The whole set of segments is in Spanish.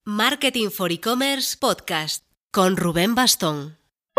Marketing for E-Commerce Podcast con Rubén Bastón.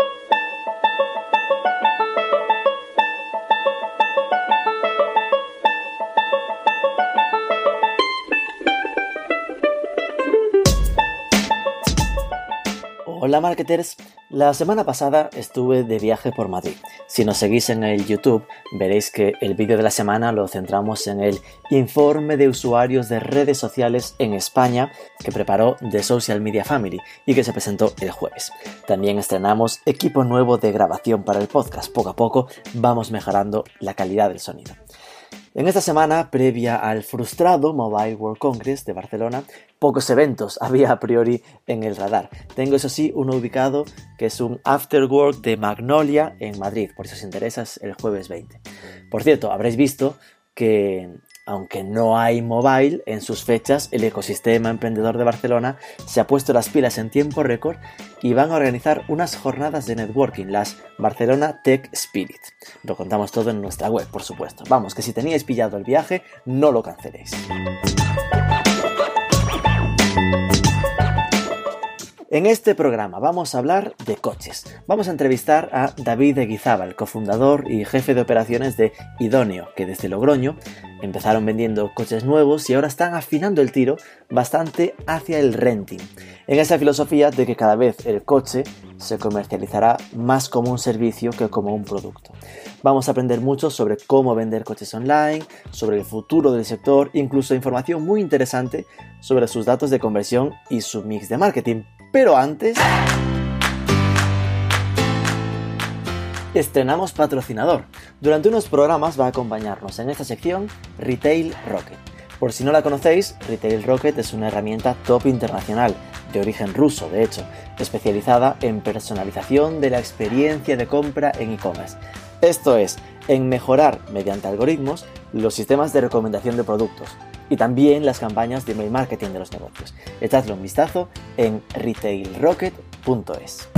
Hola marketers, la semana pasada estuve de viaje por Madrid. Si nos seguís en el YouTube veréis que el vídeo de la semana lo centramos en el informe de usuarios de redes sociales en España que preparó The Social Media Family y que se presentó el jueves. También estrenamos equipo nuevo de grabación para el podcast. Poco a poco vamos mejorando la calidad del sonido. En esta semana, previa al frustrado Mobile World Congress de Barcelona, pocos eventos había a priori en el radar. Tengo eso sí uno ubicado que es un Afterwork de Magnolia en Madrid, por si os interesa es el jueves 20. Por cierto, habréis visto que aunque no hay mobile, en sus fechas el ecosistema emprendedor de Barcelona se ha puesto las pilas en tiempo récord y van a organizar unas jornadas de networking, las Barcelona Tech Spirit. Lo contamos todo en nuestra web, por supuesto. Vamos, que si teníais pillado el viaje, no lo canceléis. En este programa vamos a hablar de coches. Vamos a entrevistar a David Eguizábal, cofundador y jefe de operaciones de Idóneo, que desde Logroño empezaron vendiendo coches nuevos y ahora están afinando el tiro bastante hacia el renting, en esa filosofía de que cada vez el coche se comercializará más como un servicio que como un producto. Vamos a aprender mucho sobre cómo vender coches online, sobre el futuro del sector, incluso información muy interesante sobre sus datos de conversión y su mix de marketing. Pero antes, estrenamos patrocinador. Durante unos programas va a acompañarnos en esta sección Retail Rocket. Por si no la conocéis, Retail Rocket es una herramienta top internacional, de origen ruso de hecho, especializada en personalización de la experiencia de compra en e-commerce. Esto es, en mejorar mediante algoritmos los sistemas de recomendación de productos y también las campañas de email marketing de los negocios. Echadle un vistazo en retailrocket.es.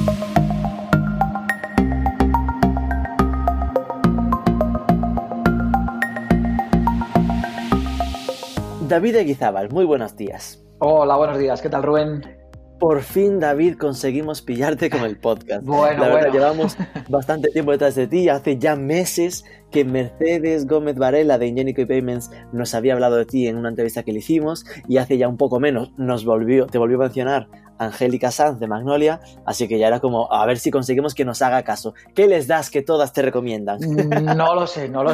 David Eguizábal, muy buenos días. Hola, buenos días. ¿Qué tal, Rubén? Por fin, David, conseguimos pillarte con el podcast. Bueno, la verdad, llevamos bastante tiempo detrás de ti. Hace ya meses que Mercedes Gómez Varela de Ingenico y Payments nos había hablado de ti en una entrevista que le hicimos y hace ya un poco menos te volvió a mencionar Angélica Sanz de Magnolia, así que ya era como a ver si conseguimos que nos haga caso. ¿Qué les das que todas te recomiendan? No lo sé, no,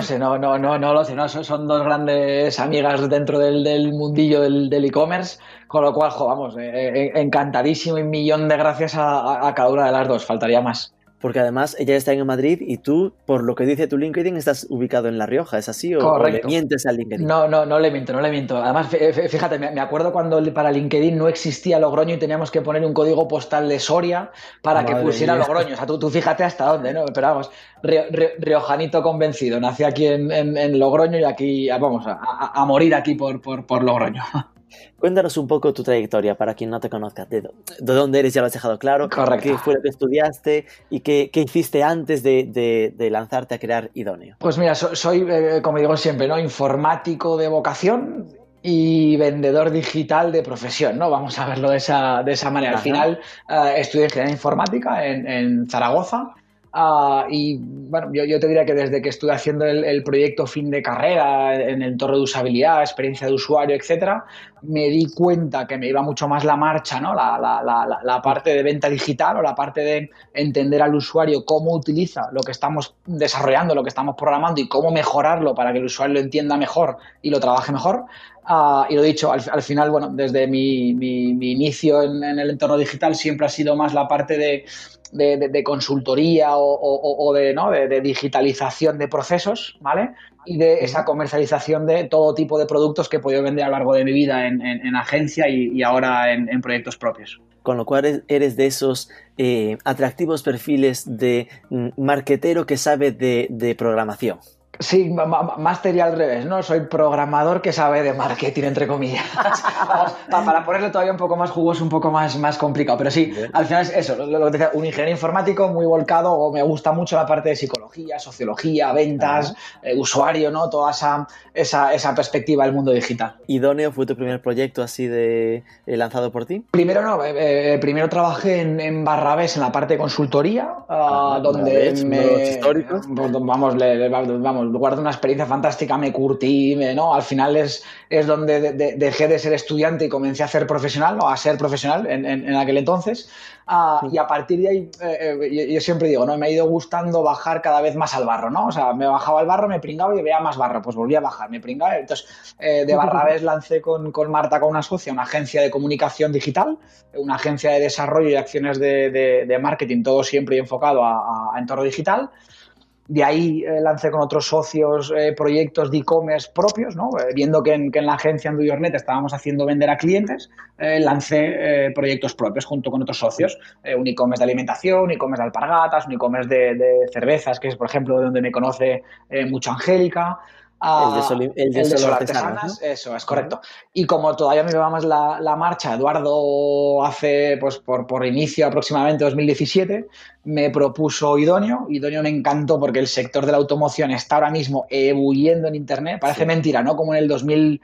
son dos grandes amigas dentro del mundillo del e-commerce, con lo cual, vamos, encantadísimo y un millón de gracias a cada una de las dos, faltaría más. Porque además ella está en Madrid y tú, por lo que dice tu LinkedIn, estás ubicado en La Rioja, ¿es así? ¿O le mientes al LinkedIn? No le miento. Además, fíjate, me acuerdo cuando para LinkedIn no existía Logroño y teníamos que poner un código postal de Soria para Madre que pusiera mía. Logroño. O sea, tú fíjate hasta dónde, ¿no? Pero vamos, riojanito convencido. Nací aquí en Logroño y aquí, vamos, a morir aquí por Logroño. Cuéntanos un poco tu trayectoria para quien no te conozca. ¿De dónde eres? Ya lo has dejado claro. Correcto. ¿Qué fue lo que estudiaste y qué hiciste antes de lanzarte a crear Idóneo? Pues mira, soy, como digo siempre, ¿no? Informático de vocación y vendedor digital de profesión, ¿no? Vamos a verlo de esa manera. Ajá. Al final estudié ingeniería informática en Zaragoza. Y bueno, yo te diría que desde que estuve haciendo el proyecto fin de carrera en el entorno de usabilidad, experiencia de usuario, etcétera, me di cuenta que me iba mucho más la marcha, ¿no? La parte de venta digital o la parte de entender al usuario cómo utiliza lo que estamos desarrollando, lo que estamos programando y cómo mejorarlo para que el usuario lo entienda mejor y lo trabaje mejor. Y lo dicho, al final, bueno, desde mi inicio en el entorno digital siempre ha sido más la parte de consultoría o de digitalización de procesos, ¿vale? Y de esa comercialización de todo tipo de productos que he podido vender a lo largo de mi vida en agencia y ahora en proyectos propios. Con lo cual eres de esos atractivos perfiles de marketero que sabe de programación. Sí, máster y al revés, ¿no? Soy programador que sabe de marketing, entre comillas. Vamos, para ponerlo todavía un poco más jugoso, un poco más complicado. Pero sí, Bien. al final es eso, lo que te decía, un ingeniero informático muy volcado, o me gusta mucho la parte de psicología, sociología, ventas, Ajá. usuario, ¿no? Toda esa perspectiva del mundo digital. ¿Idóneo fue tu primer proyecto así de lanzado por ti? Primero no, primero trabajé en Barrabés en la parte de consultoría, Ajá, donde ¿ves? Uno de los históricos. vamos, vamos, guardo una experiencia fantástica, me curtí, ¿no? Al final es donde dejé de ser estudiante y comencé a ser profesional, o a ser profesional en aquel entonces. Y a partir de ahí, yo siempre digo, ¿no? Me ha ido gustando bajar cada vez más al barro, ¿no? O sea, me bajaba al barro, me pringaba y veía más barro, pues volvía a bajar, me pringaba. Entonces, de Barrabés lancé con Marta, con una socia, una agencia de comunicación digital, una agencia de desarrollo y acciones de marketing, todo siempre enfocado a entorno digital. De ahí lancé con otros socios proyectos de e-commerce propios, ¿no? Viendo que en la agencia en DoYourNet estábamos haciendo vender a clientes, lancé proyectos propios junto con otros socios. Un e-commerce de alimentación, un e-commerce de alpargatas, un e-commerce de cervezas, que es, por ejemplo, donde me conoce mucho Angélica. El de El de solo Sol artesanos, ¿no? Artesanas, eso es Ujú. correcto. Y como todavía me lleva más la marcha, Eduardo hace, pues por inicio aproximadamente 2017, me propuso Idóneo. Idóneo me encantó porque el sector de la automoción está ahora mismo ebulliendo en Internet. Parece Sí. mentira, ¿no? Como en el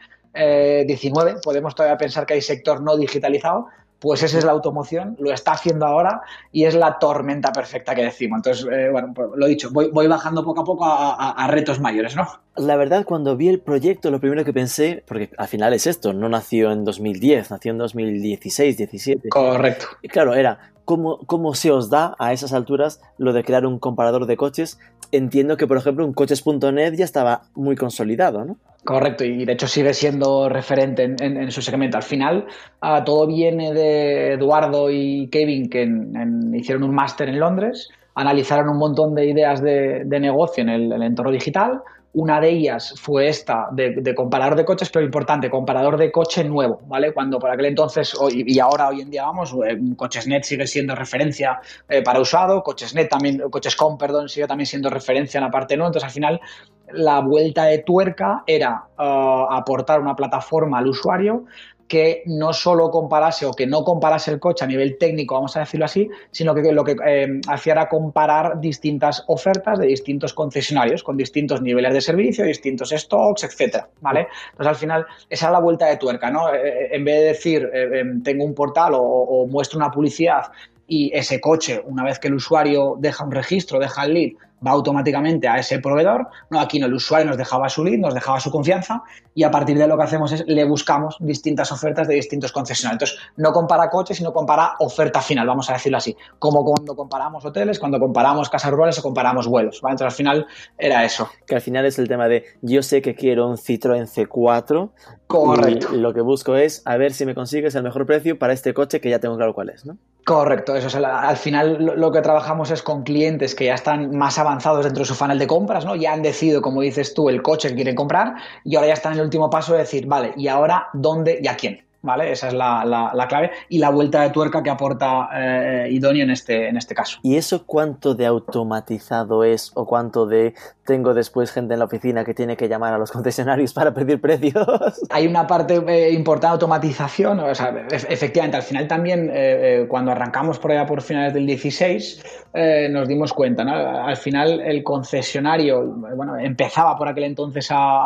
2019 podemos todavía pensar que hay sector no digitalizado. Pues esa es la automoción, lo está haciendo ahora y es la tormenta perfecta que decimos. Entonces, bueno, pues lo dicho, voy bajando poco a poco a retos mayores, ¿no? La verdad, cuando vi el proyecto, lo primero que pensé, porque al final es esto, no nació en 2010, nació en 2016, 17. Correcto. Y claro, era cómo se os da a esas alturas lo de crear un comparador de coches. Entiendo que, por ejemplo, un coches.net ya estaba muy consolidado, ¿no? Correcto, y de hecho sigue siendo referente en su segmento. Al final, todo viene de Eduardo y Kevin, que hicieron un máster en Londres, analizaron un montón de ideas de negocio en el entorno digital. Una de ellas fue esta de comparador de coches, pero importante, comparador de coche nuevo, ¿vale? Cuando por aquel entonces, y ahora hoy en día vamos, Cochesnet sigue siendo referencia para usado, Cochesnet también, Coches.com, perdón, sigue también siendo referencia en la parte nueva. Entonces, al final, la vuelta de tuerca era aportar una plataforma al usuario que no solo comparase o que no comparase el coche a nivel técnico, vamos a decirlo así, sino que lo que hacía era comparar distintas ofertas de distintos concesionarios con distintos niveles de servicio, distintos stocks, etcétera, ¿vale? Entonces, al final, esa es la vuelta de tuerca, ¿no? En vez de decir, tengo un portal o muestro una publicidad y ese coche, una vez que el usuario deja un registro, deja el lead, va automáticamente a ese proveedor. No, aquí no, el usuario nos dejaba su lead, nos dejaba su confianza y a partir de lo que hacemos es le buscamos distintas ofertas de distintos concesionarios. Entonces, no compara coches, sino compara oferta final, vamos a decirlo así. Como cuando comparamos hoteles, cuando comparamos casas rurales o comparamos vuelos, ¿vale? Entonces, al final era eso. Que al final es el tema de yo sé que quiero un Citroën C4 Correcto. y lo que busco es a ver si me consigues el mejor precio para este coche que ya tengo claro cuál es, ¿no? Correcto, eso es, al final lo que trabajamos es con clientes que ya están más avanzados dentro de su funnel de compras, ¿no? Ya han decidido, como dices tú, el coche que quieren comprar y ahora ya están en el último paso de decir, vale, ¿y ahora dónde y a quién? ¿Vale? Esa es la clave y la vuelta de tuerca que aporta Idóneo en este caso. ¿Y eso cuánto de automatizado es o cuánto de tengo después gente en la oficina que tiene que llamar a los concesionarios para pedir precios? Hay una parte importante de automatización, o sea, efectivamente, al final también, cuando arrancamos por allá por finales del 16, nos dimos cuenta, ¿no? Al final el concesionario, bueno, empezaba por aquel entonces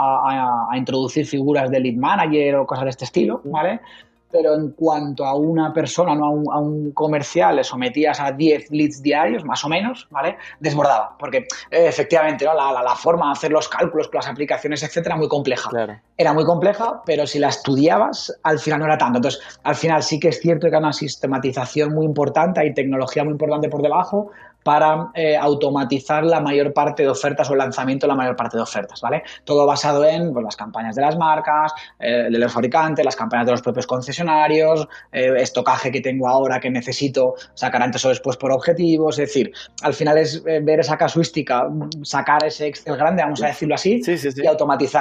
a introducir figuras de lead manager o cosas de este estilo, ¿vale? Pero en cuanto a una persona, no a un comercial, le sometías a 10 leads diarios, más o menos, ¿vale? Desbordaba, porque efectivamente, ¿no? La forma de hacer los cálculos con las aplicaciones, etcétera, muy compleja. Claro. Era muy compleja, pero si la estudiabas, al final no era tanto. Entonces, al final sí que es cierto que hay una sistematización muy importante, hay tecnología muy importante por debajo para automatizar la mayor parte de ofertas o el lanzamiento de la mayor parte de ofertas, ¿vale? Todo basado en pues, las campañas de las marcas, de los fabricantes, las campañas de los propios concesionarios, estocaje que tengo ahora que necesito sacar antes o después por objetivos, es decir, al final es ver esa casuística, sacar ese Excel grande, vamos a decirlo así, Sí, sí, sí. y automatizar.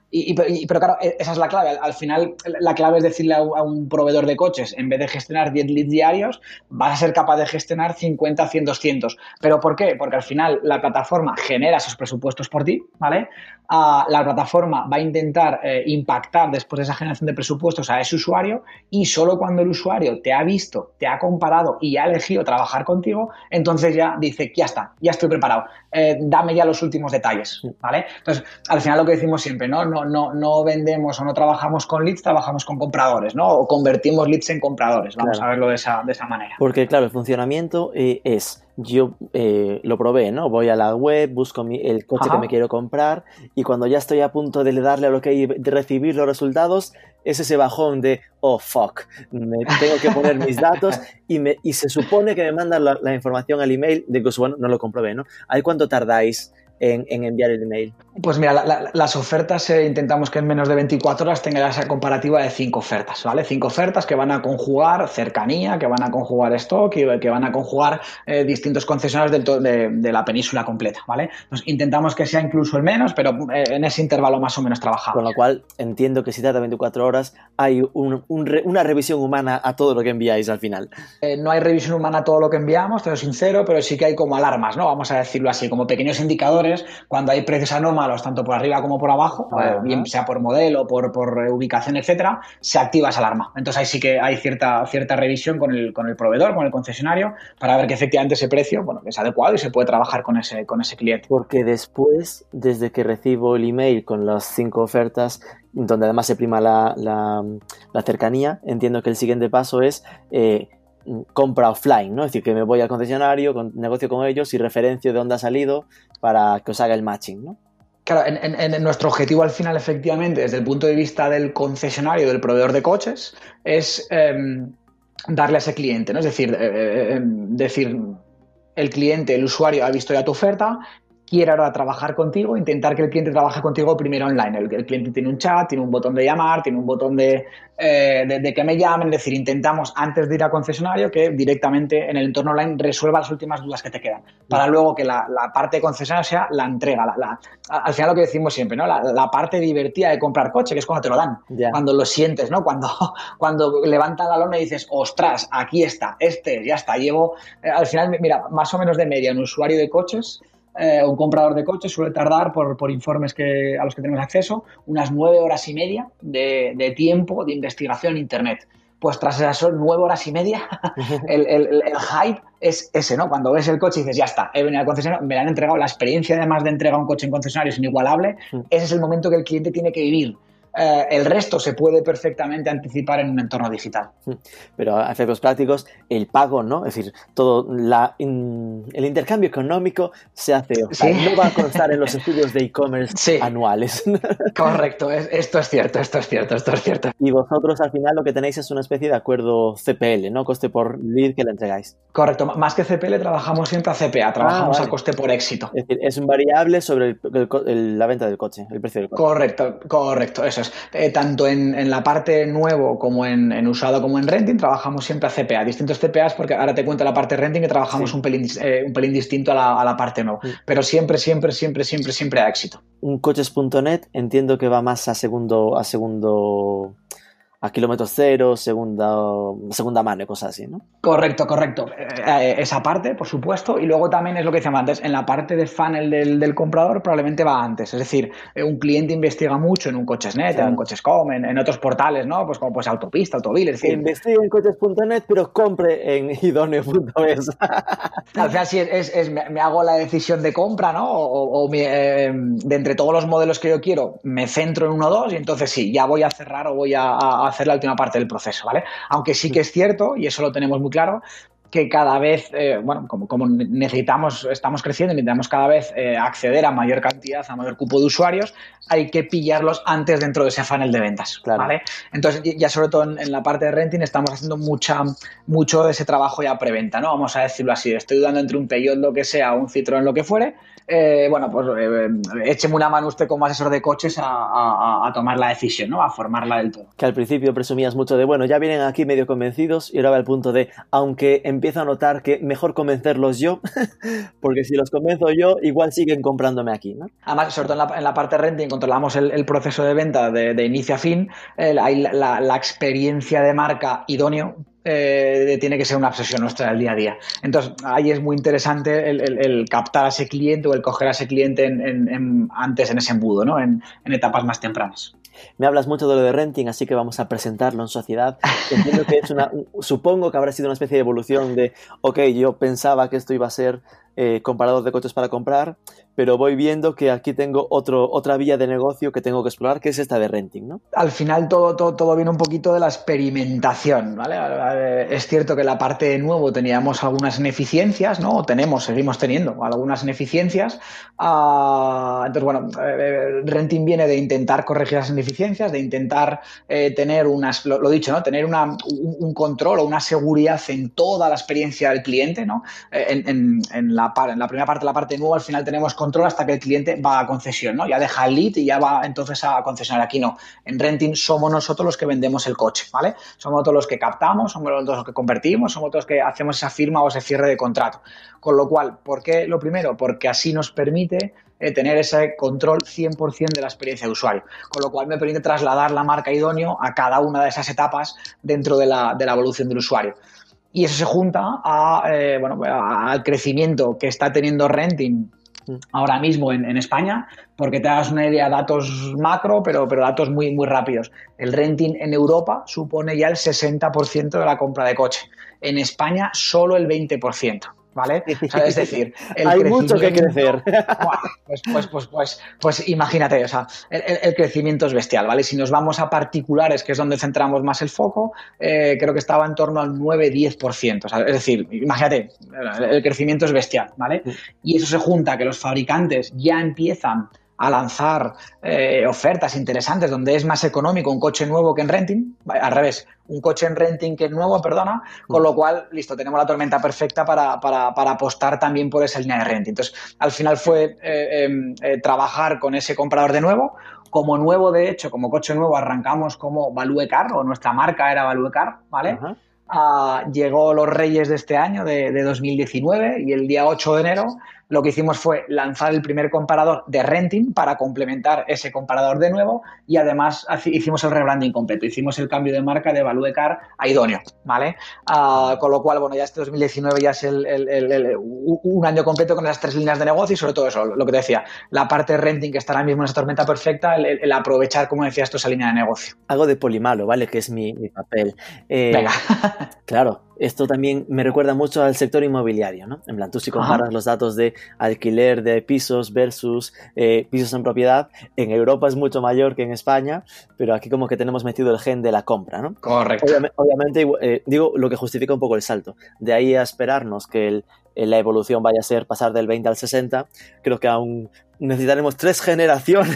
Pero claro, esa es la clave. Al final, la clave es decirle a un proveedor de coches, en vez de gestionar 10 leads diarios, vas a ser capaz de gestionar 50, 100, 200. ¿Pero por qué? Porque al final la plataforma genera esos presupuestos por ti, ¿vale? La plataforma va a intentar impactar después de esa generación de presupuestos a ese usuario, y solo cuando el usuario te ha visto, te ha comparado y ha elegido trabajar contigo, entonces ya dice, ya está, ya estoy preparado, dame ya los últimos detalles, ¿vale? Entonces, al final lo que decimos siempre, no vendemos o no trabajamos con leads, trabajamos con compradores, ¿no? O convertimos leads en compradores, vamos a verlo de esa manera. Porque claro, el funcionamiento es, yo lo probé, ¿no? Voy a la web, busco el coche que me quiero comprar, y cuando ya estoy a punto de darle a lo que hay, de recibir los resultados, es ese bajón de, oh, fuck, me tengo que poner mis datos y se supone que me mandan la información al email de que, bueno, no lo comprobé, ¿no? ¿Ahí cuánto tardáis en enviar el email? Pues mira, las ofertas intentamos que en menos de 24 horas tenga esa comparativa de 5 ofertas, ¿vale? 5 ofertas que van a conjugar cercanía, que van a conjugar stock y que van a conjugar distintos concesionarios de la península completa, ¿vale? Entonces, intentamos que sea incluso el menos, pero en ese intervalo más o menos trabajamos. Con lo cual, entiendo que si tarda 24 horas, hay una revisión humana a todo lo que enviáis al final. No hay revisión humana a todo lo que enviamos, te soy sincero, pero sí que hay como alarmas, ¿no? Vamos a decirlo así, como pequeños indicadores cuando hay precios anómalos tanto por arriba como por abajo, bien sea por modelo, por ubicación, etcétera, se activa esa alarma. Entonces ahí sí que hay cierta revisión con el proveedor, con el concesionario, para ver que efectivamente ese precio, bueno, es adecuado y se puede trabajar con ese cliente. Porque después, desde que recibo el email con las 5 ofertas, donde además se prima la cercanía, entiendo que el siguiente paso es compra offline, ¿no? Es decir, que me voy al concesionario, negocio con ellos y referencio de dónde ha salido para que os haga el matching, ¿no? Claro, en nuestro objetivo al final, efectivamente, desde el punto de vista del concesionario, del proveedor de coches, es darle a ese cliente, ¿no? Es decir, el cliente, el usuario ha visto ya tu oferta, quiere ahora trabajar contigo, intentar que el cliente trabaje contigo primero online. El cliente tiene un chat, tiene un botón de llamar, tiene un botón de que me llamen, es decir, intentamos antes de ir a concesionario que directamente en el entorno online resuelva las últimas dudas que te quedan, para luego que la parte de concesionario sea la entrega, al final lo que decimos siempre, ¿no? La parte divertida de comprar coche, que es cuando te lo dan, cuando lo sientes, ¿no? Cuando levantan la lona y dices, ostras, aquí está, ya está, llevo, al final, mira, más o menos de media un usuario de coches, un comprador de coches suele tardar, por informes a los que tenemos acceso, unas 9 horas y media de tiempo de investigación en Internet. Pues tras esas 9 horas y media, el hype es ese, ¿no? Cuando ves el coche y dices, ya está, he venido al concesionario, me lo han entregado, la experiencia además de entrega a un coche en concesionario es inigualable, ese es el momento que el cliente tiene que vivir. El resto se puede perfectamente anticipar en un entorno digital. Pero a efectos prácticos, el pago, ¿no? Es decir, todo el intercambio económico se hace, no va a constar en los estudios de e-commerce anuales. Correcto, esto es cierto. Y vosotros al final lo que tenéis es una especie de acuerdo CPL, ¿no? Coste por lead que le entregáis. Correcto, más que CPL trabajamos siempre a CPA, trabajamos a coste por éxito. Es decir, es un variable sobre la venta del coche, el precio del coche. Correcto, eso es. Tanto en la parte nuevo como en usado como en renting trabajamos siempre a CPA, distintos CPAs, porque ahora te cuento la parte renting que trabajamos un pelín distinto a la parte nueva, pero siempre a éxito. Un coches.net entiendo que va más a kilómetro cero, segunda mano y cosas así, ¿no? Correcto. Esa parte, por supuesto, y luego también es lo que decíamos antes, en la parte de funnel del comprador probablemente va antes, es decir, un cliente investiga mucho en un Coches.net, en un Coches.com, en otros portales, ¿no? Pues como Autopista, Autovil, es decir... Investiga en Coches.net, pero compre en idoneo.es. Al final sí me hago la decisión de compra, ¿no? De entre todos los modelos que yo quiero, me centro en uno o dos y entonces sí, ya voy a cerrar o voy a hacer la última parte del proceso, ¿vale? Aunque sí que es cierto, y eso lo tenemos muy claro, que cada vez, como estamos creciendo y necesitamos cada vez acceder a mayor cantidad, a mayor cupo de usuarios, hay que pillarlos antes dentro de ese funnel de ventas, ¿vale? Entonces, ya sobre todo en la parte de renting estamos haciendo mucho de ese trabajo ya preventa, ¿no? Vamos a decirlo así, estoy dudando entre un Peugeot, lo que sea, o un Citroën, lo que fuere, écheme una mano usted como asesor de coches a tomar la decisión, ¿no? A formarla del todo. Que al principio presumías mucho de, ya vienen aquí medio convencidos y ahora va el punto de, aunque en empiezo a notar que mejor convencerlos yo, porque si los convenzo yo, igual siguen comprándome aquí, ¿no? Además, sobre todo en la parte de renting, controlamos el proceso de venta de inicio a fin, la experiencia de marca idóneo tiene que ser una obsesión nuestra del día a día. Entonces, ahí es muy interesante el captar a ese cliente o el coger a ese cliente antes en ese embudo, ¿no? En etapas más tempranas. Me hablas mucho de lo de renting, así que vamos a presentarlo en sociedad. Entiendo que supongo que habrá sido una especie de evolución de, ok, yo pensaba que esto iba a ser comparador de coches para comprar, pero voy viendo que aquí tengo otra vía de negocio que tengo que explorar, que es esta de renting, ¿no? Al final todo viene un poquito de la experimentación, ¿vale? Es cierto que en la parte de nuevo teníamos algunas ineficiencias, ¿no? Seguimos teniendo algunas ineficiencias. Entonces, bueno, renting viene de intentar corregir las ineficiencias, de intentar tener lo dicho, ¿no? Tener un control o una seguridad en toda la experiencia del cliente, ¿no? En la primera parte, la parte nueva, al final tenemos control hasta que el cliente va a concesión, ¿no? Ya deja el lead y ya va entonces a concesionar. Aquí no. En renting somos nosotros los que vendemos el coche, ¿vale? Somos nosotros los que captamos, somos nosotros los que convertimos, somos nosotros los que hacemos esa firma o ese cierre de contrato. Con lo cual, ¿por qué lo primero? Porque así nos permite tener ese control 100% de la experiencia de usuario, con lo cual me permite trasladar la marca idóneo a cada una de esas etapas dentro de la evolución del usuario. Y eso se junta al crecimiento que está teniendo renting ahora mismo en España, porque te hagas una idea, datos macro, pero datos muy, muy rápidos. El renting en Europa supone ya el 60% de la compra de coche. En España, solo el 20%. ¿Vale? O sea, es decir, hay mucho que crecer. Pues imagínate, o sea, el crecimiento es bestial, ¿vale? Si nos vamos a particulares, que es donde centramos más el foco, creo que estaba en torno al 9-10%. O sea, es decir, imagínate, el crecimiento es bestial, ¿vale? Y eso se junta que los fabricantes ya empiezan a lanzar ofertas interesantes donde es más económico un coche nuevo que en renting, al revés, un coche en renting que es nuevo, perdona, con lo cual, listo, tenemos la tormenta perfecta para apostar también por esa línea de renting. Entonces, al final fue trabajar con ese comprador de nuevo. Como nuevo, de hecho, como coche nuevo, arrancamos como Value Car, o nuestra marca era Value Car, ¿vale? Llegó los Reyes de este año, de 2019, y el día 8 de enero lo que hicimos fue lanzar el primer comparador de renting para complementar ese comparador de nuevo, y además hicimos el rebranding completo, hicimos el cambio de marca de Value Car a Idóneo, ¿vale? Con lo cual, bueno, ya este 2019 ya es un año completo con esas 3 líneas de negocio, y sobre todo eso, lo que te decía, la parte de renting que está ahora mismo en esa tormenta perfecta, el aprovechar, como decías tú, esa línea de negocio. Hago de Polimalo, ¿vale? Que es mi papel. Venga. Claro, esto también me recuerda mucho al sector inmobiliario, ¿no? En plan, tú si comparas los datos de alquiler de pisos versus pisos en propiedad, en Europa es mucho mayor que en España, pero aquí como que tenemos metido el gen de la compra, ¿no? Correcto. Obviamente, digo lo que justifica un poco el salto. De ahí a esperarnos que la evolución vaya a ser pasar del 20 al 60, creo que aún necesitaremos 3 generaciones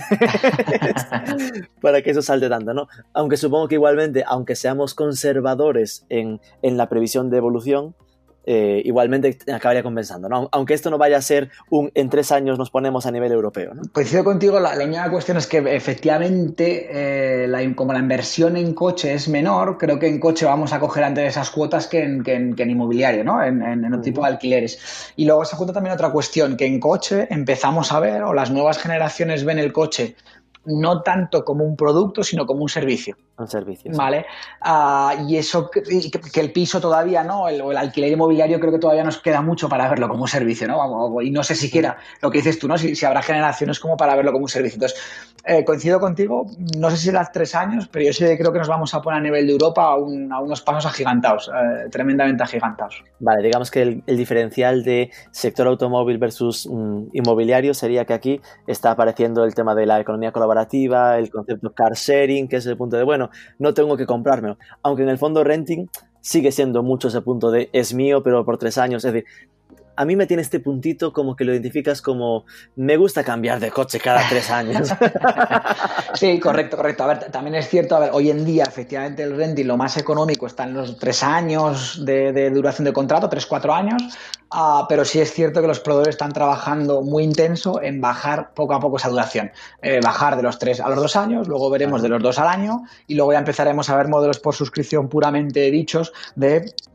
para que eso salte tanto, ¿no? Aunque supongo que igualmente, aunque seamos conservadores en la previsión de evolución, igualmente acabaría compensando, ¿no? Aunque esto no vaya a ser en 3 años nos ponemos a nivel europeo, ¿no? Coincido contigo, la única cuestión es que efectivamente como la inversión en coche es menor, creo que en coche vamos a coger antes esas cuotas que en inmobiliario, ¿no? En otro tipo de alquileres. Y luego se junta también otra cuestión, que en coche empezamos a ver, o las nuevas generaciones ven el coche no tanto como un producto, sino como un servicio. Un servicio. ¿Vale? Y eso, que el piso todavía no, o el alquiler inmobiliario, creo que todavía nos queda mucho para verlo como un servicio, ¿no? Y no sé siquiera lo que dices tú, ¿no? Si habrá generaciones como para verlo como un servicio. Entonces, coincido contigo, no sé si será 3 años, pero yo sí creo que nos vamos a poner a nivel de Europa a unos pasos agigantados, tremendamente agigantados. Vale, digamos que el diferencial de sector automóvil versus inmobiliario sería que aquí está apareciendo el tema de la economía colaborativa, el concepto car sharing, que es el punto de, bueno, no tengo que comprármelo. Aunque en el fondo renting sigue siendo mucho ese punto de es mío, pero por 3 años. Es decir, a mí me tiene este puntito como que lo identificas como me gusta cambiar de coche cada 3 años. Sí, correcto. A ver, también es cierto, hoy en día efectivamente el renting lo más económico está en los 3 años de duración de contrato, 3-4 años, pero sí es cierto que los proveedores están trabajando muy intenso en bajar poco a poco esa duración. Bajar de los 3 a los 2 años, luego veremos de los 2 al año, y luego ya empezaremos a ver modelos por suscripción puramente dichos de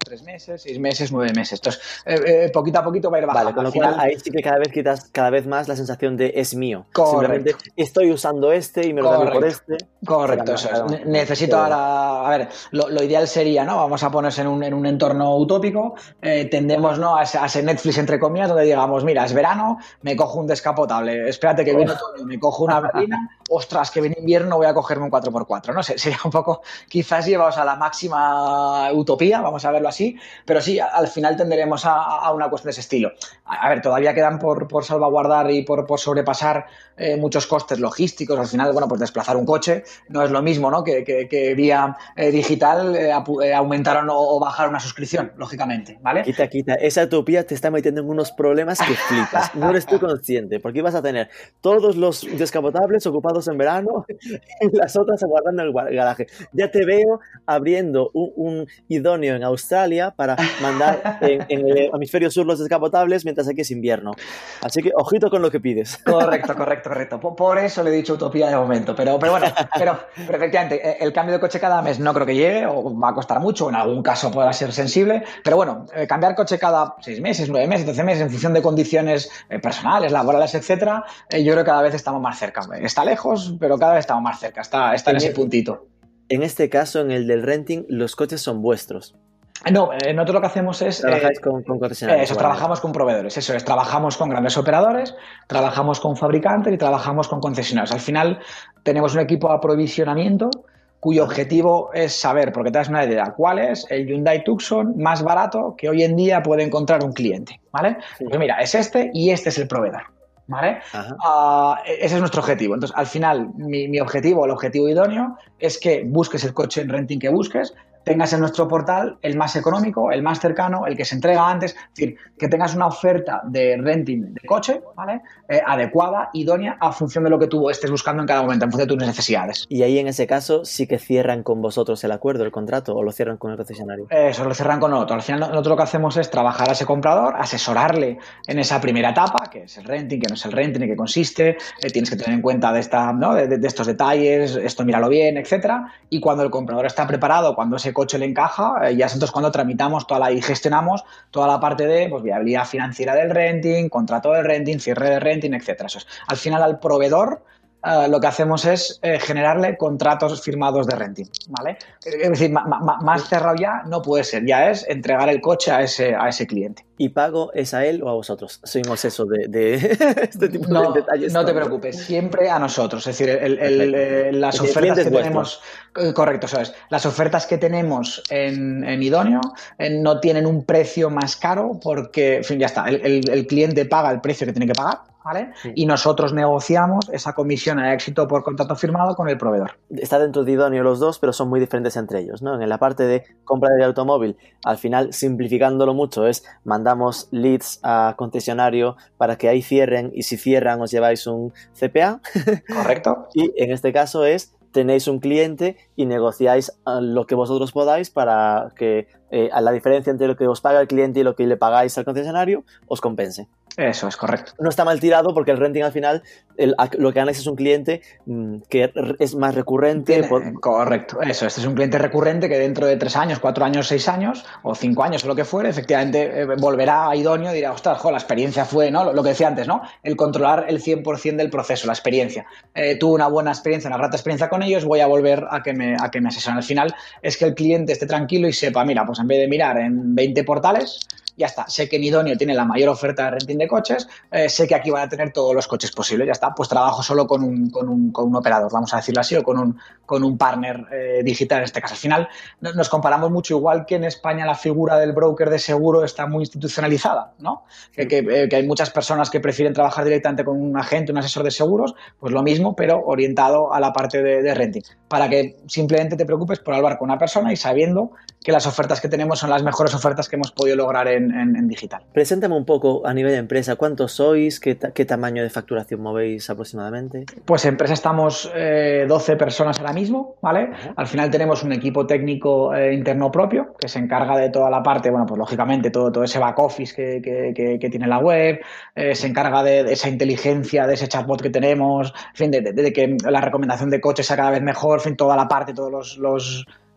3 meses, 6 meses, 9 meses. Entonces, poquito a poquito va a ir bajando. Vale, con lo cual ahí sí que cada vez quitas cada vez más la sensación de es mío. Correcto. Simplemente estoy usando este y me lo cambio por este. Correcto, eso es. Necesito ahora, a ver, lo ideal sería, ¿no? Vamos a ponerse en un entorno utópico, tendemos, ¿no? a ese Netflix, entre comillas, donde digamos, mira, es verano, me cojo un descapotable, espérate que viene otoño, me cojo una berlina, ostras, que viene invierno, voy a cogerme un 4x4, no sé, sería un poco, quizás llevados a la máxima utopía, vamos a verlo así, pero sí, al final tenderemos a una cuestión de ese estilo. A ver, todavía quedan por salvaguardar y por sobrepasar muchos costes logísticos. Al final, bueno, pues desplazar un coche no es lo mismo, ¿no? que vía digital aumentar o bajar una suscripción, lógicamente, ¿vale? Quita. Esa utopía te está metiendo en unos problemas que flipas. No eres tú consciente, porque ibas a tener todos los descapotables ocupados en verano y las otras aguardando en el garaje. Ya te veo abriendo un idóneo en Australia para mandar en el hemisferio sur los descapotables mientras aquí es invierno. Así que ojito con lo que pides. Correcto. Por eso le he dicho utopía de momento, pero bueno, pero efectivamente, el cambio de coche cada mes no creo que llegue, o va a costar mucho, en algún caso podrá ser sensible, pero bueno, cambiar coche cada 6 meses, 9 meses, 12 meses, en función de condiciones personales, laborales, etcétera, yo creo que cada vez estamos más cerca. Está lejos, pero cada vez estamos más cerca, está en ese puntito. En este caso, en el del renting, los coches son vuestros. No, nosotros lo que hacemos es... ¿Trabajáis con concesionarios? Eso, trabajamos con proveedores, eso es, trabajamos con grandes operadores, trabajamos con fabricantes y trabajamos con concesionarios. Al final tenemos un equipo de aprovisionamiento cuyo objetivo es saber, porque te das una idea, cuál es el Hyundai Tucson más barato que hoy en día puede encontrar un cliente, ¿vale? Sí. Pues mira, es este y este es el proveedor, ¿vale? Ese es nuestro objetivo. Entonces, al final, mi objetivo, el objetivo idóneo, es que busques el coche en renting que busques, tengas en nuestro portal el más económico, el más cercano, el que se entrega antes, es decir, que tengas una oferta de renting de coche, ¿vale? Adecuada, idónea, a función de lo que tú estés buscando en cada momento, en función de tus necesidades. Y ahí, en ese caso, sí que cierran con vosotros el acuerdo, el contrato, o lo cierran con el concesionario. Eso, lo cierran con nosotros. Al final, nosotros lo que hacemos es trabajar a ese comprador, asesorarle en esa primera etapa, que es el renting, que no es el renting, en qué consiste, tienes que tener en cuenta de estos detalles, esto míralo bien, etcétera. Y cuando el comprador está preparado, cuando ese coche le encaja, ya es entonces cuando tramitamos y gestionamos toda la parte de pues, viabilidad financiera del renting, contrato del renting, cierre del renting, etcétera. Eso es. Al final, al proveedor lo que hacemos es generarle contratos firmados de renting, ¿vale? Es decir, más cerrado ya no puede ser, ya es entregar el coche a ese cliente. ¿Y pago es a él o a vosotros? Soy un obseso de este tipo de detalles. No te preocupes, siempre a nosotros. Es decir, las ofertas que tenemos... Correcto, ¿sabes? Las ofertas que tenemos en Idóneo no tienen un precio más caro porque, en fin, ya está. El cliente paga el precio que tiene que pagar, ¿vale? Sí. Y nosotros negociamos esa comisión a éxito por contrato firmado con el proveedor. Está dentro de Idóneo los dos, pero son muy diferentes entre ellos, ¿no? En la parte de compra de automóvil, al final, simplificándolo mucho, es mandamos leads a concesionario para que ahí cierren, y si cierran os lleváis un CPA. Correcto. Y en este caso es, tenéis un cliente y negociáis lo que vosotros podáis para que a la diferencia entre lo que os paga el cliente y lo que le pagáis al concesionario os compense. Eso es correcto. No está mal tirado porque el renting al final lo que ganáis es un cliente que es más recurrente. Correcto, eso. Este es un cliente recurrente que dentro de 3 años, 4 años, 6 años o 5 años o lo que fuere, efectivamente volverá a Idóneo y dirá, ostras, la experiencia fue, ¿no? Lo que decía antes, ¿no? El controlar el 100% del proceso, la experiencia. Tuve una buena experiencia, una grata experiencia con ellos, voy a volver a que me asesoren. Al final es que el cliente esté tranquilo y sepa, mira, pues en vez de mirar en 20 portales, ya está, sé que en Idóneo tiene la mayor oferta de renting de coches, sé que aquí van a tener todos los coches posibles, ya está, pues trabajo solo con un operador, vamos a decirlo así, o con un partner digital en este caso. Al final nos comparamos mucho, igual que en España la figura del broker de seguro está muy institucionalizada, ¿no? Que hay muchas personas que prefieren trabajar directamente con un agente, un asesor de seguros, pues lo mismo, pero orientado a la parte de renting, para que simplemente te preocupes por hablar con una persona y sabiendo que las ofertas que tenemos son las mejores ofertas que hemos podido lograr en digital. Preséntame un poco a nivel de empresa, ¿cuántos sois? ¿Qué tamaño de facturación movéis aproximadamente? Pues en empresa estamos 12 personas ahora mismo, ¿vale? Uh-huh. Al final tenemos un equipo técnico interno propio que se encarga de toda la parte, bueno, pues lógicamente todo ese back office que tiene la web, se encarga de esa inteligencia, de ese chatbot que tenemos, en fin, de que la recomendación de coches sea cada vez mejor, en fin, toda la parte, todos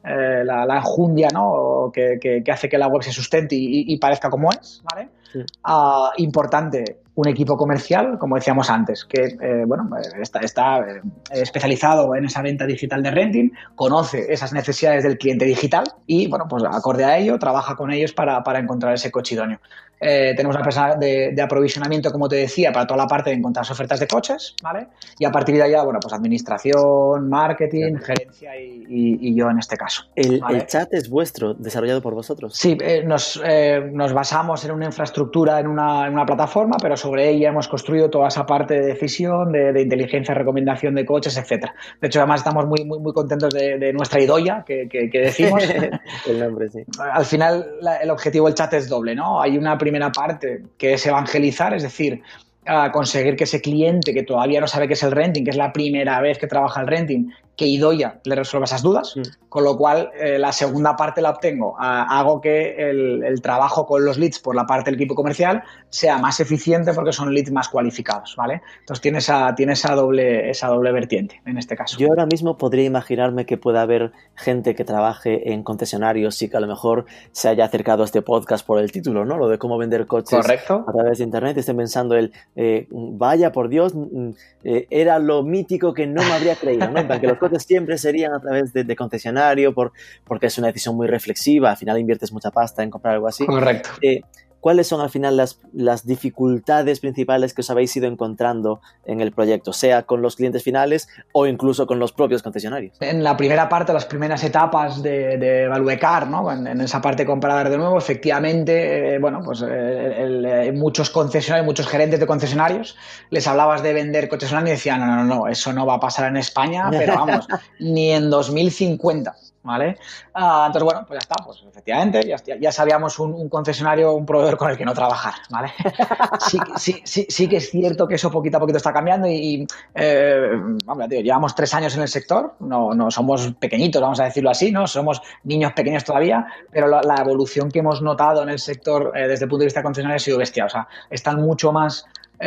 la enjundia, ¿no? Que hace que la web se sustente y parezca como es, ¿vale? Sí. Importante, un equipo comercial, como decíamos antes, que está especializado en esa venta digital de renting, conoce esas necesidades del cliente digital y, bueno, pues acorde a ello, trabaja con ellos para encontrar ese coche idóneo. Tenemos una persona de aprovisionamiento, como te decía, para toda la parte de encontrar ofertas de coches, ¿vale? Y a partir de allá, bueno, pues administración, marketing, gerencia y yo en este caso. ¿vale? ¿El chat es vuestro, desarrollado por vosotros? Sí, nos basamos en una infraestructura, en una plataforma, pero sobre ella hemos construido toda esa parte de decisión, de inteligencia, recomendación de coches, etcétera. De hecho, además estamos muy, muy, muy contentos de nuestra Idoia, que decimos. El nombre, sí. Al final, el objetivo del chat es doble, ¿no? Hay una primera parte que es evangelizar, es decir, conseguir que ese cliente que todavía no sabe qué es el renting, que es la primera vez que trabaja el renting, que Idoia le resuelva esas dudas, con lo cual la segunda parte la obtengo. Hago que el trabajo con los leads por la parte del equipo comercial sea más eficiente porque son leads más cualificados, ¿vale? Entonces tiene esa doble vertiente en este caso. Yo ahora mismo podría imaginarme que pueda haber gente que trabaje en concesionarios y que a lo mejor se haya acercado a este podcast por el título, ¿no? Lo de cómo vender coches. Correcto. A través de internet. Estén pensando vaya por Dios, era lo mítico que no me habría creído, ¿no? Porque los coches siempre serían a través de concesionario porque es una decisión muy reflexiva, al final inviertes mucha pasta en comprar algo así. Correcto. ¿Cuáles son al final las dificultades principales que os habéis ido encontrando en el proyecto, sea con los clientes finales o incluso con los propios concesionarios? En la primera parte, las primeras etapas de Valuecar, ¿no? En esa parte comprador de nuevo, efectivamente, muchos concesionarios, muchos gerentes de concesionarios, les hablabas de vender coches online y decían, no, eso no va a pasar en España, pero vamos, ni en 2050. ¿Vale? Entonces, bueno, pues ya está, pues efectivamente, ya sabíamos un concesionario, un proveedor con el que no trabajar, ¿vale? Sí que es cierto que eso poquito a poquito está cambiando llevamos 3 años en el sector, no somos pequeñitos, vamos a decirlo así, no somos niños pequeños todavía, pero la evolución que hemos notado en el sector desde el punto de vista concesionario ha sido bestia, o sea, están mucho más,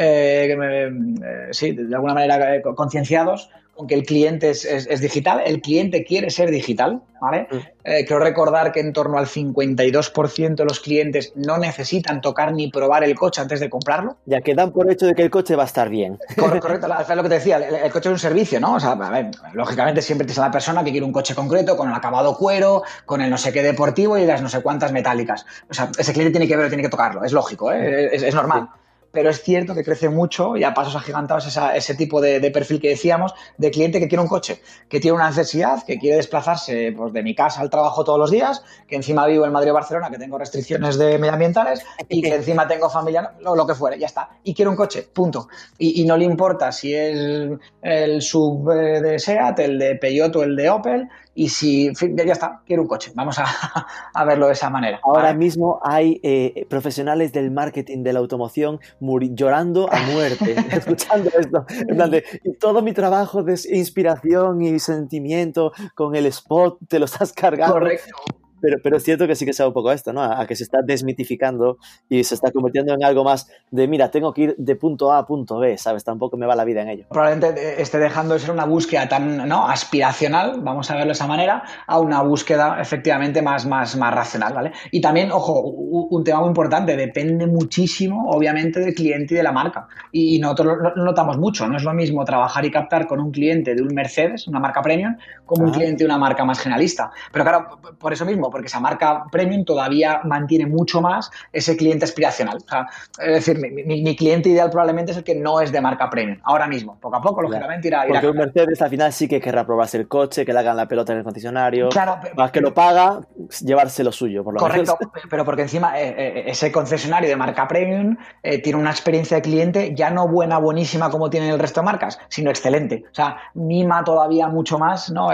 de alguna manera concienciados con que el cliente es digital, el cliente quiere ser digital, ¿vale? Quiero recordar que en torno al 52% de los clientes no necesitan tocar ni probar el coche antes de comprarlo. Ya que dan por hecho de que el coche va a estar bien. Correcto, es lo que te decía, el coche es un servicio, ¿no? O sea, a ver, lógicamente siempre tienes a la persona que quiere un coche concreto, con el acabado cuero, con el no sé qué deportivo y las no sé cuántas metálicas. O sea, ese cliente tiene que verlo, tiene que tocarlo, es lógico, es normal. Sí. Pero es cierto que crece mucho y a pasos agigantados ese tipo de perfil que decíamos de cliente que quiere un coche, que tiene una necesidad, que quiere desplazarse pues, de mi casa al trabajo todos los días, que encima vivo en Madrid o Barcelona, que tengo restricciones medioambientales y que encima tengo familia, lo que fuere, ya está. Y quiere un coche, punto. Y no le importa si es el sub de SEAT, el de Peugeot o el de Opel, y si, en fin, ya está, quiero un coche. Vamos a verlo de esa manera. Ahora mismo hay profesionales del marketing de la automoción llorando a muerte, escuchando esto. En plan y todo mi trabajo de inspiración y sentimiento con el spot te lo estás cargando. Correcto. Pero es cierto que sí que se va un poco a esto, ¿no? A que se está desmitificando y se está convirtiendo en algo más de, mira, tengo que ir de punto A a punto B, ¿sabes? Tampoco me va la vida en ello. Probablemente esté dejando de ser una búsqueda tan aspiracional, vamos a verlo de esa manera, a una búsqueda efectivamente más racional, ¿vale? Y también, ojo, un tema muy importante, depende muchísimo, obviamente, del cliente y de la marca. Y nosotros lo notamos mucho, no es lo mismo trabajar y captar con un cliente de un Mercedes, una marca premium, como un cliente de una marca más generalista. Pero claro, por eso mismo, porque esa marca premium todavía mantiene mucho más ese cliente aspiracional. O sea, es decir, mi cliente ideal probablemente es el que no es de marca premium. Ahora mismo, poco a poco, lógicamente, irá porque un Mercedes al final sí que querrá probarse el coche, que le hagan la pelota en el concesionario. Claro, más que lo paga, llevarse lo suyo, por lo menos. Correcto, pero porque encima ese concesionario de marca premium tiene una experiencia de cliente ya no buenísima como tienen el resto de marcas, sino excelente. O sea, mima todavía mucho más, ¿no?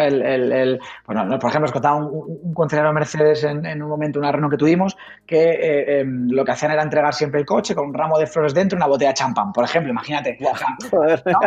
Bueno, por ejemplo, os contaba un concesionario Mercedes en un momento, una reunión que tuvimos, que lo que hacían era entregar siempre el coche con un ramo de flores dentro y una botella de champán, por ejemplo, imagínate. O sea, ¿no?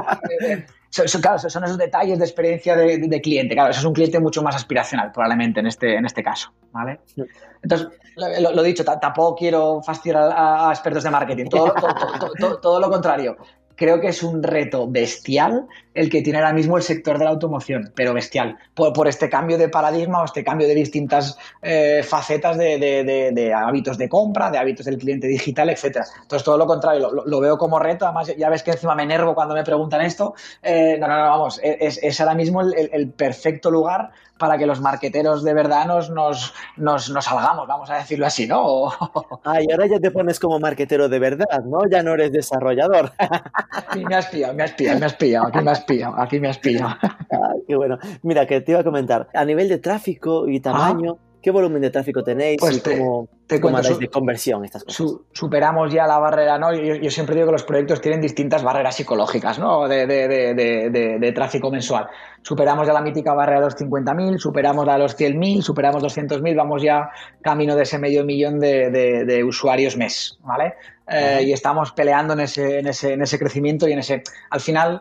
Claro, son esos detalles de experiencia de cliente. Claro, eso es un cliente mucho más aspiracional, probablemente, en este caso, ¿vale? Entonces, lo dicho, tampoco quiero fastidiar a expertos de marketing, todo lo contrario. creo que es un reto bestial el que tiene ahora mismo el sector de la automoción, pero bestial, por este cambio de paradigma o este cambio de distintas facetas de hábitos de compra, de hábitos del cliente digital, etcétera. Entonces, todo lo contrario, lo veo como reto. Además, ya ves que encima me enervo cuando me preguntan esto. No, vamos, es ahora mismo el perfecto lugar para que los marqueteros de verdad nos salgamos, vamos a decirlo así, ¿no? Y ahora ya te pones como marquetero de verdad, ¿no? Ya no eres desarrollador. Y me has pillado, aquí me has pillado. Qué bueno. Mira, que te iba a comentar, a nivel de tráfico y tamaño, ¿qué volumen de tráfico tenéis pues y cómo habláis de conversión, estas cosas? Superamos ya la barrera, ¿no? Yo siempre digo que los proyectos tienen distintas barreras psicológicas, ¿no? De tráfico mensual. Superamos ya la mítica barrera de los 50.000, superamos la de los 100.000, superamos 200.000, vamos ya camino de ese 500.000 de usuarios mes, ¿vale? Y estamos peleando en ese crecimiento y en ese... Al final...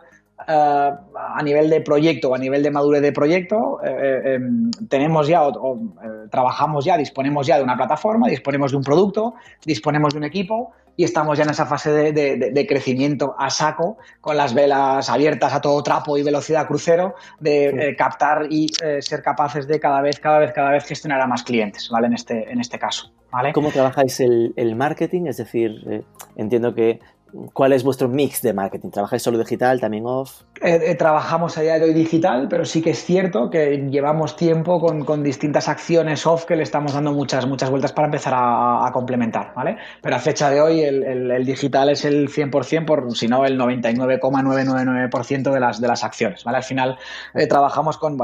a nivel de proyecto o a nivel de madurez de proyecto, tenemos ya trabajamos ya, disponemos ya de una plataforma, disponemos de un producto, disponemos de un equipo y estamos ya en esa fase de crecimiento a saco, con las velas abiertas a todo trapo y velocidad crucero, de captar y ser capaces de cada vez gestionar a más clientes, ¿vale? En este caso, ¿vale? ¿Cómo trabajáis el marketing? Es decir, entiendo que ¿cuál es vuestro mix de marketing? ¿Trabajáis solo digital, también off? Trabajamos a día de hoy digital, pero sí que es cierto que llevamos tiempo con distintas acciones off que le estamos dando muchas vueltas para empezar a complementar, ¿vale? Pero a fecha de hoy el digital es el 100%, si no el 99,999% de las acciones, ¿vale? Al final trabajamos con,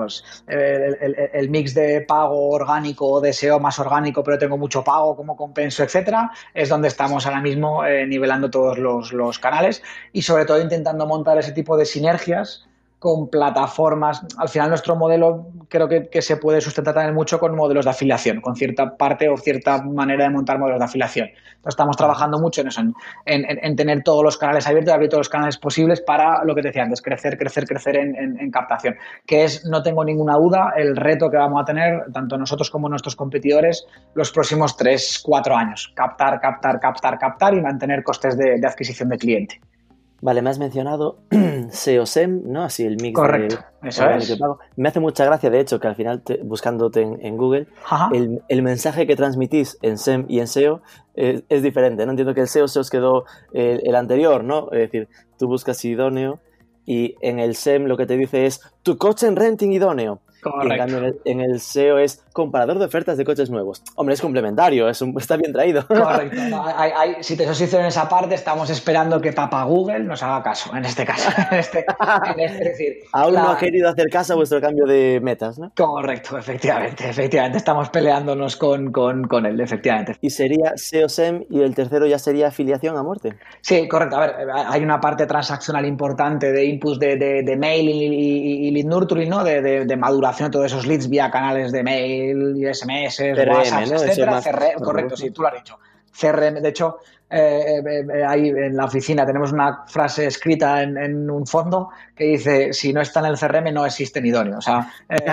el mix de pago orgánico o de SEO más orgánico, pero tengo mucho pago, como compenso, etcétera, es donde estamos ahora mismo nivelando todos los canales y sobre todo intentando montar ese tipo de sinergias con plataformas. Al final nuestro modelo creo que se puede sustentar también mucho con modelos de afiliación, con cierta parte o cierta manera de montar modelos de afiliación. Entonces estamos trabajando mucho en eso, en tener todos los canales abiertos, abrir todos los canales posibles para lo que te decía antes, crecer en captación, que es, no tengo ninguna duda, el reto que vamos a tener tanto nosotros como nuestros competidores los próximos 3-4 años. Captar y mantener costes de adquisición de cliente. Vale, me has mencionado SEO-SEM, ¿no? Así el mix. Correcto, eso es. Pago. Me hace mucha gracia, de hecho, que al final, buscándote en Google, el mensaje que transmitís en SEM y en SEO es diferente, ¿no? Entiendo que el SEO se os quedó el anterior, ¿no? Es decir, tú buscas idóneo y en el SEM lo que te dice es tu coche en renting idóneo. Correcto. Y en cambio en el SEO es comparador de ofertas de coches nuevos. Hombre, es complementario, está bien traído. Correcto. No, si te soy sincero en esa parte, estamos esperando que Papá Google nos haga caso, en este caso. Es decir, aún no ha querido hacer caso a vuestro cambio de metas, ¿no? Correcto, efectivamente. Estamos peleándonos con él, efectivamente. ¿Y sería SEO-SEM y el tercero ya sería afiliación a muerte? Sí, correcto. A ver, hay una parte transaccional importante de inputs de mail y lead nurturing, ¿no? De maduración de todos esos leads vía canales de mail y SMS, WhatsApp, ¿no? etcétera. Correcto, sí, tú lo has dicho. CRM, de hecho, ahí en la oficina tenemos una frase escrita en un fondo que dice: si no está en el CRM no existe ni idóneo. O sea,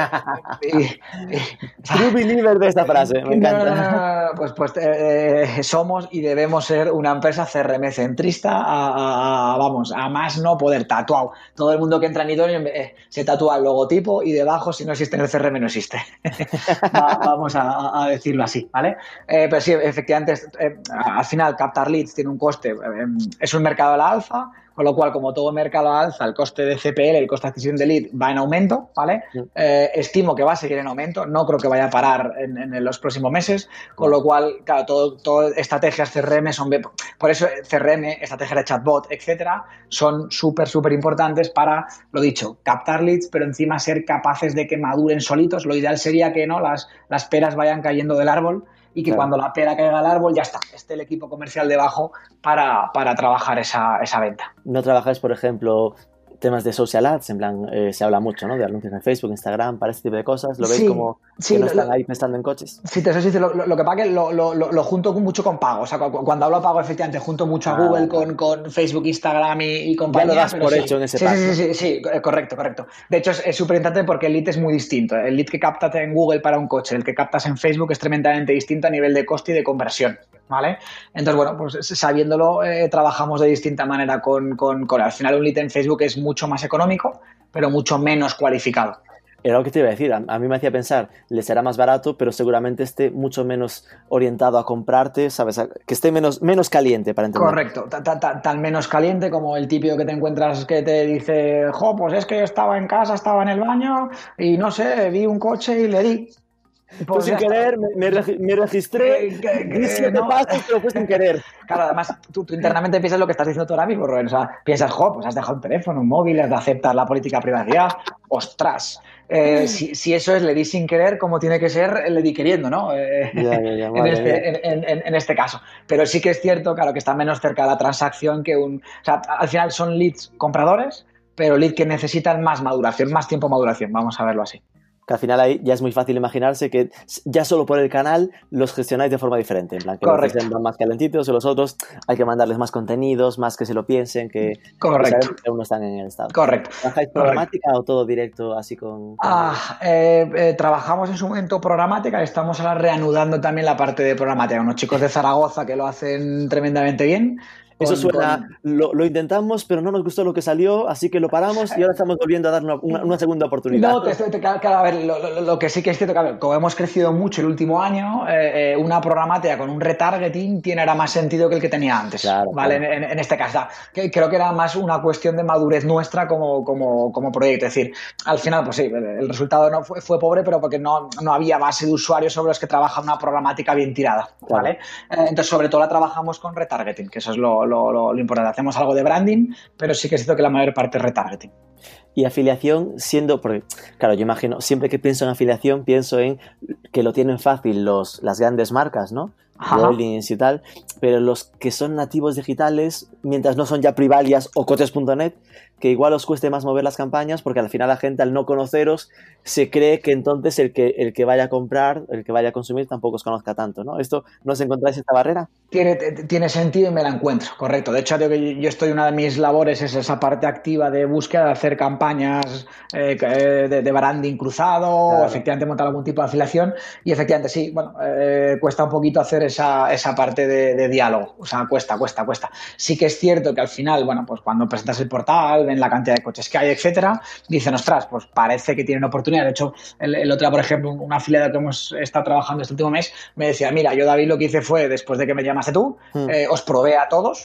true believer de esta frase, me encanta. Somos y debemos ser una empresa CRM centrista a más no poder, tatuado. Todo el mundo que entra en idóneo se tatúa el logotipo y debajo, si no existe en el CRM, no existe. Vamos a decirlo así, ¿vale? Pero sí, efectivamente, al final captar leads tiene un coste, es un mercado a la alza, con lo cual, como todo mercado a la alza, el coste de CPL, el coste de adquisición de lead, va en aumento, ¿vale? Estimo que va a seguir en aumento, no creo que vaya a parar en los próximos meses, con lo cual, claro, todo estrategias CRM son... Por eso CRM, estrategias de chatbot, etcétera, son súper importantes para, lo dicho, captar leads, pero encima ser capaces de que maduren solitos. Lo ideal sería que no las peras vayan cayendo del árbol y que cuando la pera caiga al árbol ya esté el equipo comercial debajo para trabajar esa venta. ¿No trabajáis, por ejemplo, temas de social ads? En plan, se habla mucho, ¿no? De anuncios en Facebook, Instagram, para este tipo de cosas. ¿Lo veis como que no están ahí pensando en coches? Sí, te soy sincero, lo que pasa es que lo junto mucho con pago. O sea, cuando hablo de pago, efectivamente, junto mucho a Google con Facebook, Instagram y compañía. Ya lo das por hecho en ese paso. Sí, correcto. De hecho, es súper importante porque el lead es muy distinto. El lead que captas en Google para un coche, el que captas en Facebook es tremendamente distinto a nivel de coste y de conversión. ¿vale? Entonces, bueno, pues sabiéndolo, trabajamos de distinta manera al final un lead en Facebook es mucho más económico, pero mucho menos cualificado. Era lo que te iba a decir, a mí me hacía pensar, le será más barato, pero seguramente esté mucho menos orientado a comprarte, ¿sabes? Que esté menos caliente para entender. Correcto, tan menos caliente como el típico que te encuentras que te dice, pues es que yo estaba en casa, estaba en el baño y no sé, vi un coche y le di. Pues sin querer, me registré, di 7 pasos, pero fue sin querer. Claro, además, tú internamente piensas lo que estás diciendo tú ahora mismo, Rubén. O sea, piensas, pues has dejado un teléfono, un móvil, has de aceptar la política de privacidad. ¡Ostras! Si eso es le di sin querer, como tiene que ser le di queriendo, ¿no? En este caso. Pero sí que es cierto, claro, que está menos cerca de la transacción que un... O sea, al final son leads compradores, pero leads que necesitan más maduración, más tiempo de maduración. Vamos a verlo así. Que al final ahí ya es muy fácil imaginarse que ya solo por el canal los gestionáis de forma diferente, en plan que Correcto. los van más calentitos y los otros hay que mandarles más contenidos, más que se lo piensen, que Correcto. Que aún no están en el estado. Correcto. ¿Trabajáis programática o todo directo así con...? Trabajamos en su momento programática y estamos ahora reanudando también la parte de programática. Unos chicos de Zaragoza que lo hacen tremendamente bien. Eso suena, lo intentamos, pero no nos gustó lo que salió, así que lo paramos y ahora estamos volviendo a dar una segunda oportunidad. No, claro, a ver, lo que sí que es cierto, que como hemos crecido mucho el último año, una programática con un retargeting tiene ahora más sentido que el que tenía antes, claro, ¿vale? Claro. En este caso, creo que era más una cuestión de madurez nuestra como proyecto. Es decir, al final, pues sí, el resultado no fue pobre, pero porque no había base de usuarios sobre los que trabaja una programática bien tirada, ¿vale? Claro. Entonces, sobre todo la trabajamos con retargeting, que eso es lo importante. Hacemos algo de branding, pero sí que es cierto que la mayor parte es retargeting. Y afiliación porque, claro, yo imagino, siempre que pienso en afiliación, pienso en que lo tienen fácil las grandes marcas, ¿no? Holdings y tal, pero los que son nativos digitales, mientras no son ya Privalias o coches.net, que igual os cueste más mover las campañas, porque al final la gente, al no conoceros, se cree que entonces el que vaya a comprar, el que vaya a consumir, tampoco os conozca tanto, ¿no? ¿Esto no os encontráis esta barrera? Tiene sentido y me la encuentro, correcto. De hecho, una de mis labores es esa parte activa de búsqueda, de hacer campañas de branding cruzado, claro. Efectivamente montar algún tipo de afiliación y efectivamente sí, bueno, cuesta un poquito hacer esa parte de diálogo, o sea, cuesta. Sí que es cierto que al final, bueno, pues cuando presentas el portal, ven la cantidad de coches que hay, etcétera, dicen, ostras, pues parece que tienen oportunidad. De hecho, el otro día, por ejemplo, una afiliada que hemos estado trabajando este último mes me decía, mira, yo, David, lo que hice fue, después de que me llamaste tú, os probé a todos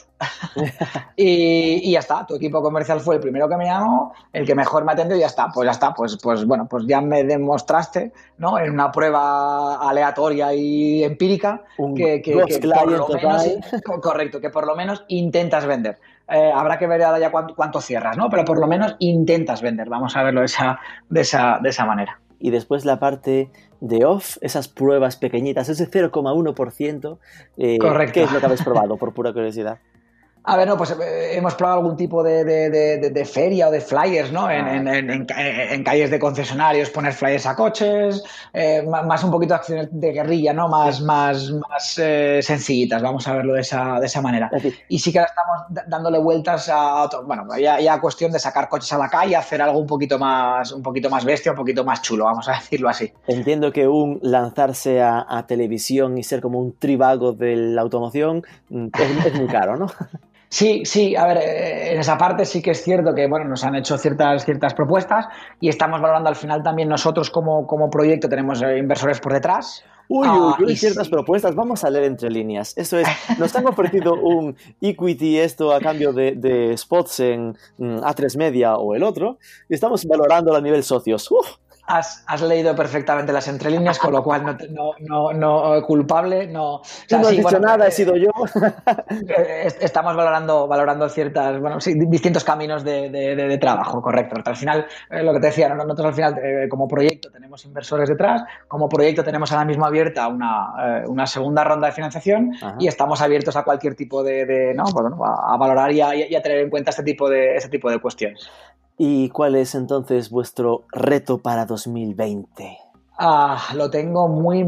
y ya está, tu equipo comercial fue el primero que me llamó, el que mejor me atendió y ya está, pues bueno, pues ya me demostraste, ¿no? En una prueba aleatoria y empírica que por lo menos, correcto, que por lo menos intentas vender. Habrá que ver ahora ya cuánto cierras, ¿no? Pero por lo menos intentas vender. Vamos a verlo de esa manera. Y después la parte de off, esas pruebas pequeñitas, ese 0,1%, ¿qué es lo que habéis probado, por pura curiosidad? A ver, no, pues hemos probado algún tipo de feria o de flyers, ¿no? En calles de concesionarios, poner flyers a coches, más un poquito de acciones de guerrilla, ¿no? Más sencillitas, vamos a verlo de esa manera. Y sí que ahora estamos dándole vueltas a otro, bueno, ya cuestión de sacar coches a la calle, hacer algo un poquito más bestia, un poquito más chulo, vamos a decirlo así. Entiendo que lanzarse a televisión y ser como un Trivago de la automoción es muy caro, ¿no? Sí, a ver, en esa parte sí que es cierto que, bueno, nos han hecho ciertas propuestas y estamos valorando al final también nosotros como proyecto, tenemos inversores por detrás. Uy, ciertas propuestas, vamos a leer entre líneas. Eso es, nos han ofrecido un equity esto a cambio de spots en A3 Media o el otro y estamos valorándolo a nivel socios. Has leído perfectamente las entrelíneas, con lo cual no culpable, no. O sea, no has dicho nada, he sido yo. Estamos valorando ciertas, bueno, sí, distintos caminos de trabajo, correcto. Al final, lo que te decía, nosotros al final, como proyecto, tenemos inversores detrás, como proyecto tenemos ahora mismo abierta una segunda ronda de financiación. Ajá. Y estamos abiertos a cualquier tipo a valorar y a tener en cuenta este tipo de cuestiones. ¿Y cuál es entonces vuestro reto para 2020? Lo tengo muy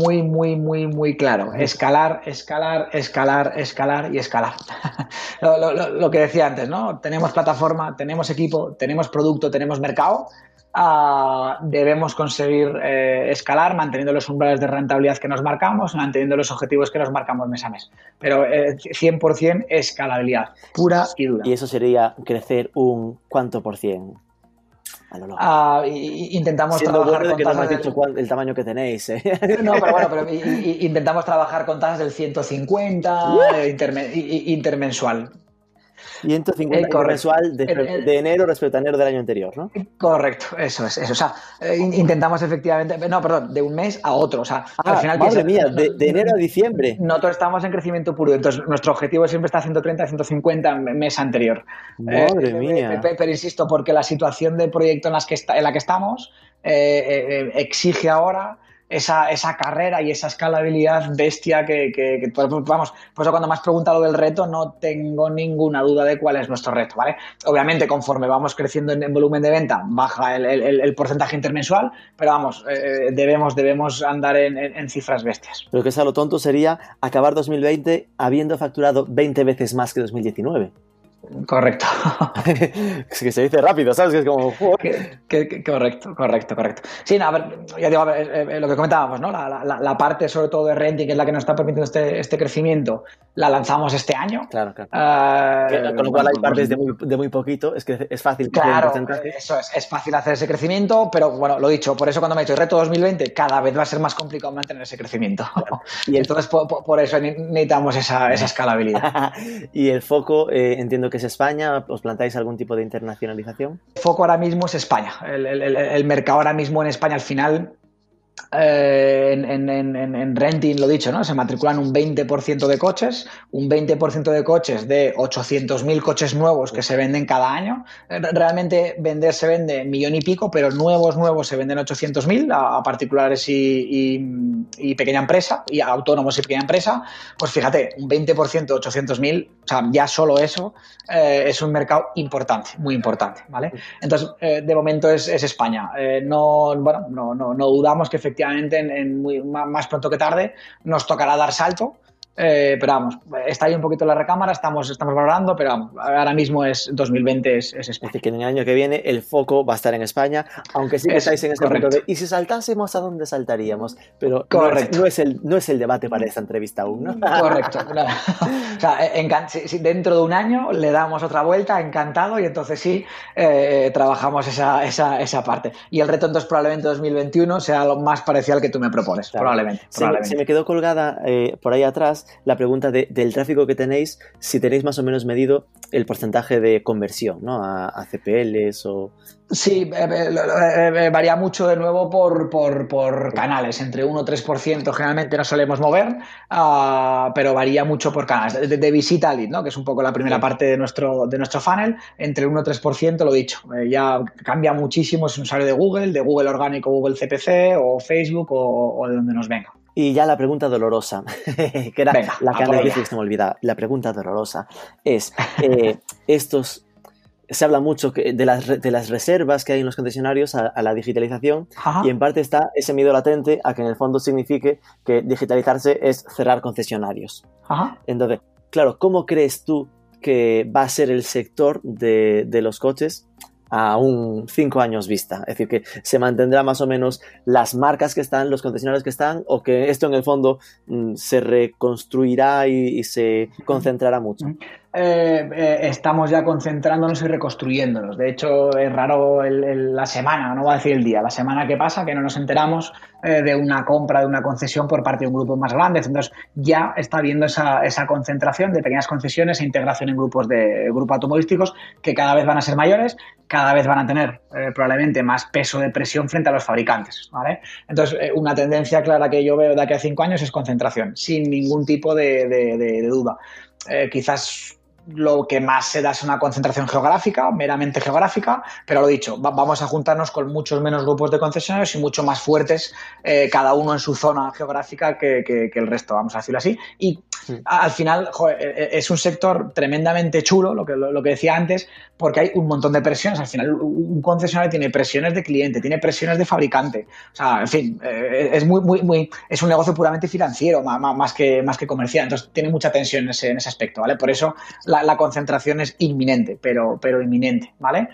claro. Escalar y escalar. Lo que decía antes, ¿no? Tenemos plataforma, tenemos equipo, tenemos producto, tenemos mercado. debemos conseguir escalar manteniendo los umbrales de rentabilidad que nos marcamos, manteniendo los objetivos que nos marcamos mes a mes. Pero 100% escalabilidad, pura y dura. Y eso sería crecer un ¿cuánto por cien? Intentamos siendo trabajar bueno de con que no me has tasas dicho el tamaño que tenéis. No, pero bueno, intentamos trabajar con tasas del 150 intermensual. 150 mensual de enero respecto a enero del año anterior, ¿no? Correcto, eso es. Eso. O sea, intentamos efectivamente... No, perdón, de un mes a otro. O sea, al final... Madre mía, de enero a diciembre. Nosotros estamos en crecimiento puro. Entonces, nuestro objetivo siempre está 130, 150 mes anterior. Madre mía. Pero insisto, porque la situación del proyecto en la que estamos exige ahora esa carrera y esa escalabilidad bestia que vamos, por eso cuando me has preguntado del reto no tengo ninguna duda de cuál es nuestro reto, ¿vale? Obviamente conforme vamos creciendo en volumen de venta baja el porcentaje intermensual, pero vamos, debemos andar en cifras bestias. Lo que es a lo tonto sería acabar 2020 habiendo facturado 20 veces más que 2019. Correcto. Es que se dice rápido, ¿sabes? Que es como... Correcto. Sí, no, a ver, ya digo, lo que comentábamos, ¿no? La parte sobre todo de renting, que es la que nos está permitiendo este crecimiento, la lanzamos este año. Claro. Con lo cual hay partes de muy poquito, es que es fácil. Claro, eso es fácil hacer ese crecimiento, pero bueno, lo dicho, por eso cuando me he dicho el reto 2020, cada vez va a ser más complicado mantener ese crecimiento. Claro. Y entonces por eso necesitamos esa escalabilidad. Y el foco, entiendo que es España. ¿Os plantáis algún tipo de internacionalización? El foco ahora mismo es España. El mercado ahora mismo en España al final en renting, lo dicho, ¿no? Se matriculan un 20% de coches, un 20% de coches de 800.000 coches nuevos que se venden cada año. Realmente se vende 1 millón y pico, pero nuevos se venden 800.000 a particulares y pequeña empresa, y a autónomos y pequeña empresa. Pues fíjate, un 20% de 800.000, o sea, ya solo eso es un mercado importante, muy importante, ¿vale? Entonces, de momento es España. No dudamos que efectivamente más pronto que tarde nos tocará dar salto, pero vamos, está ahí un poquito la recámara, estamos valorando, pero vamos, ahora mismo 2020 es España. Es decir, que en el año que viene el foco va a estar en España, aunque sí que estáis en ese punto de, ¿y si saltásemos a dónde saltaríamos? Pero no es el debate para esta entrevista aún, ¿no? Correcto. No. O sea, si dentro de un año le damos otra vuelta, encantado, y entonces sí, trabajamos esa parte. Y el reto entonces probablemente 2021 sea lo más parecido al que tú me propones, claro. Probablemente. Se me quedó colgada por ahí atrás la pregunta del tráfico que tenéis, si tenéis más o menos medido el porcentaje de conversión, ¿no? A CPLs o... Sí, varía mucho de nuevo por canales, entre 1 o 3% generalmente nos solemos mover, pero varía mucho por canales, de visita al lead, ¿no? Que es un poco la primera parte de nuestro funnel, entre 1 o 3%, lo dicho, ya cambia muchísimo si es un usuario de Google orgánico, Google CPC o Facebook o de donde nos venga. Y ya la pregunta dolorosa, que era la que antes dijiste que se me olvidaba. La pregunta dolorosa es, se habla mucho de las reservas que hay en los concesionarios a la digitalización. Ajá. Y en parte está ese miedo latente a que en el fondo signifique que digitalizarse es cerrar concesionarios. Ajá. Entonces, claro, ¿cómo crees tú que va a ser el sector de los coches a un 5 años vista? Es decir, que se mantendrá más o menos las marcas que están, los concesionarios que están, o que esto en el fondo se reconstruirá y se concentrará mucho. Estamos ya concentrándonos y reconstruyéndonos. De hecho, es raro la semana, no voy a decir el día, la semana que pasa que no nos enteramos de una compra de una concesión por parte de un grupo más grande. Entonces ya está habiendo esa concentración de pequeñas concesiones e integración en grupos automovilísticos que cada vez van a ser mayores, cada vez van a tener probablemente más peso de presión frente a los fabricantes, ¿vale? Entonces, una tendencia clara que yo veo de aquí a 5 años es concentración, sin ningún tipo de duda. Quizás lo que más se da es una concentración geográfica, meramente geográfica, pero lo dicho, vamos a juntarnos con muchos menos grupos de concesionarios y mucho más fuertes, cada uno en su zona geográfica que el resto, vamos a decirlo así. Y al final, joder, es un sector tremendamente chulo, lo que decía antes, porque hay un montón de presiones. Al final, un concesionario tiene presiones de cliente, tiene presiones de fabricante. O sea, en fin, es es un negocio puramente financiero, más que comercial. Entonces, tiene mucha tensión en ese aspecto, ¿vale? Por eso la concentración es inminente, pero inminente, ¿vale?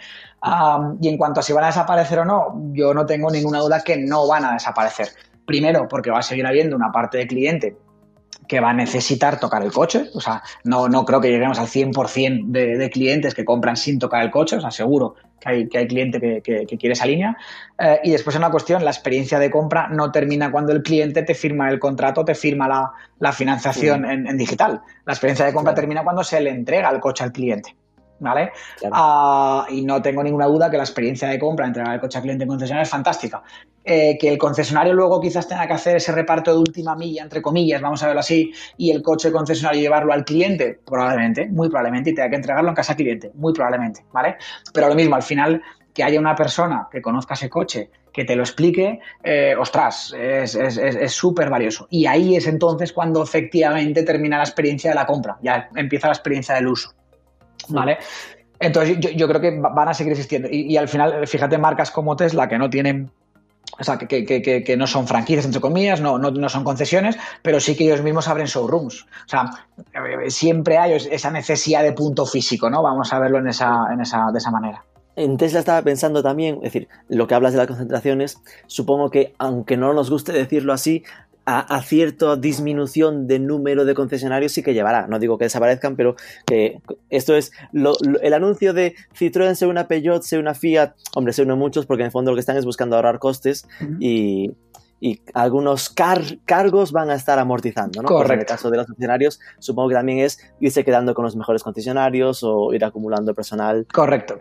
Y en cuanto a si van a desaparecer o no, yo no tengo ninguna duda que no van a desaparecer. Primero, porque va a seguir habiendo una parte de cliente que va a necesitar tocar el coche. O sea, no creo que lleguemos al 100% de clientes que compran sin tocar el coche. O sea, seguro que hay cliente que quiere esa línea. Y después, una cuestión, la experiencia de compra no termina cuando el cliente te firma el contrato, te firma la financiación en digital. La experiencia de compra termina cuando se le entrega el coche al cliente. ¿Vale? Claro. Y no tengo ninguna duda que la experiencia de compra, entregar el coche al cliente en concesionario es fantástica. Que el concesionario luego quizás tenga que hacer ese reparto de última milla, entre comillas, vamos a verlo así, y el coche concesionario llevarlo al cliente, probablemente, muy probablemente, y tenga que entregarlo en casa al cliente, muy probablemente, ¿vale? Pero lo mismo, al final, que haya una persona que conozca ese coche, que te lo explique, ostras, es súper valioso. Y ahí es entonces cuando efectivamente termina la experiencia de la compra, ya empieza la experiencia del uso. ¿Vale? Entonces yo creo que van a seguir existiendo y al final, fíjate, marcas como Tesla que no tienen, o sea, que no son franquicias, entre comillas, no son concesiones, pero sí que ellos mismos abren showrooms. O sea, siempre hay esa necesidad de punto físico, ¿no? Vamos a verlo de esa manera. En Tesla estaba pensando también, es decir, lo que hablas de las concentraciones, supongo que, aunque no nos guste decirlo así, a cierta disminución de número de concesionarios sí que llevará. No digo que desaparezcan, pero que esto es el anuncio de Citroën, sea una Peugeot, sea una Fiat. Hombre, se unen muchos porque en el fondo lo que están es buscando ahorrar costes y algunos cargos van a estar amortizando, ¿no? Correcto. Pues en el caso de los concesionarios, supongo que también es irse quedando con los mejores concesionarios o ir acumulando personal. Correcto.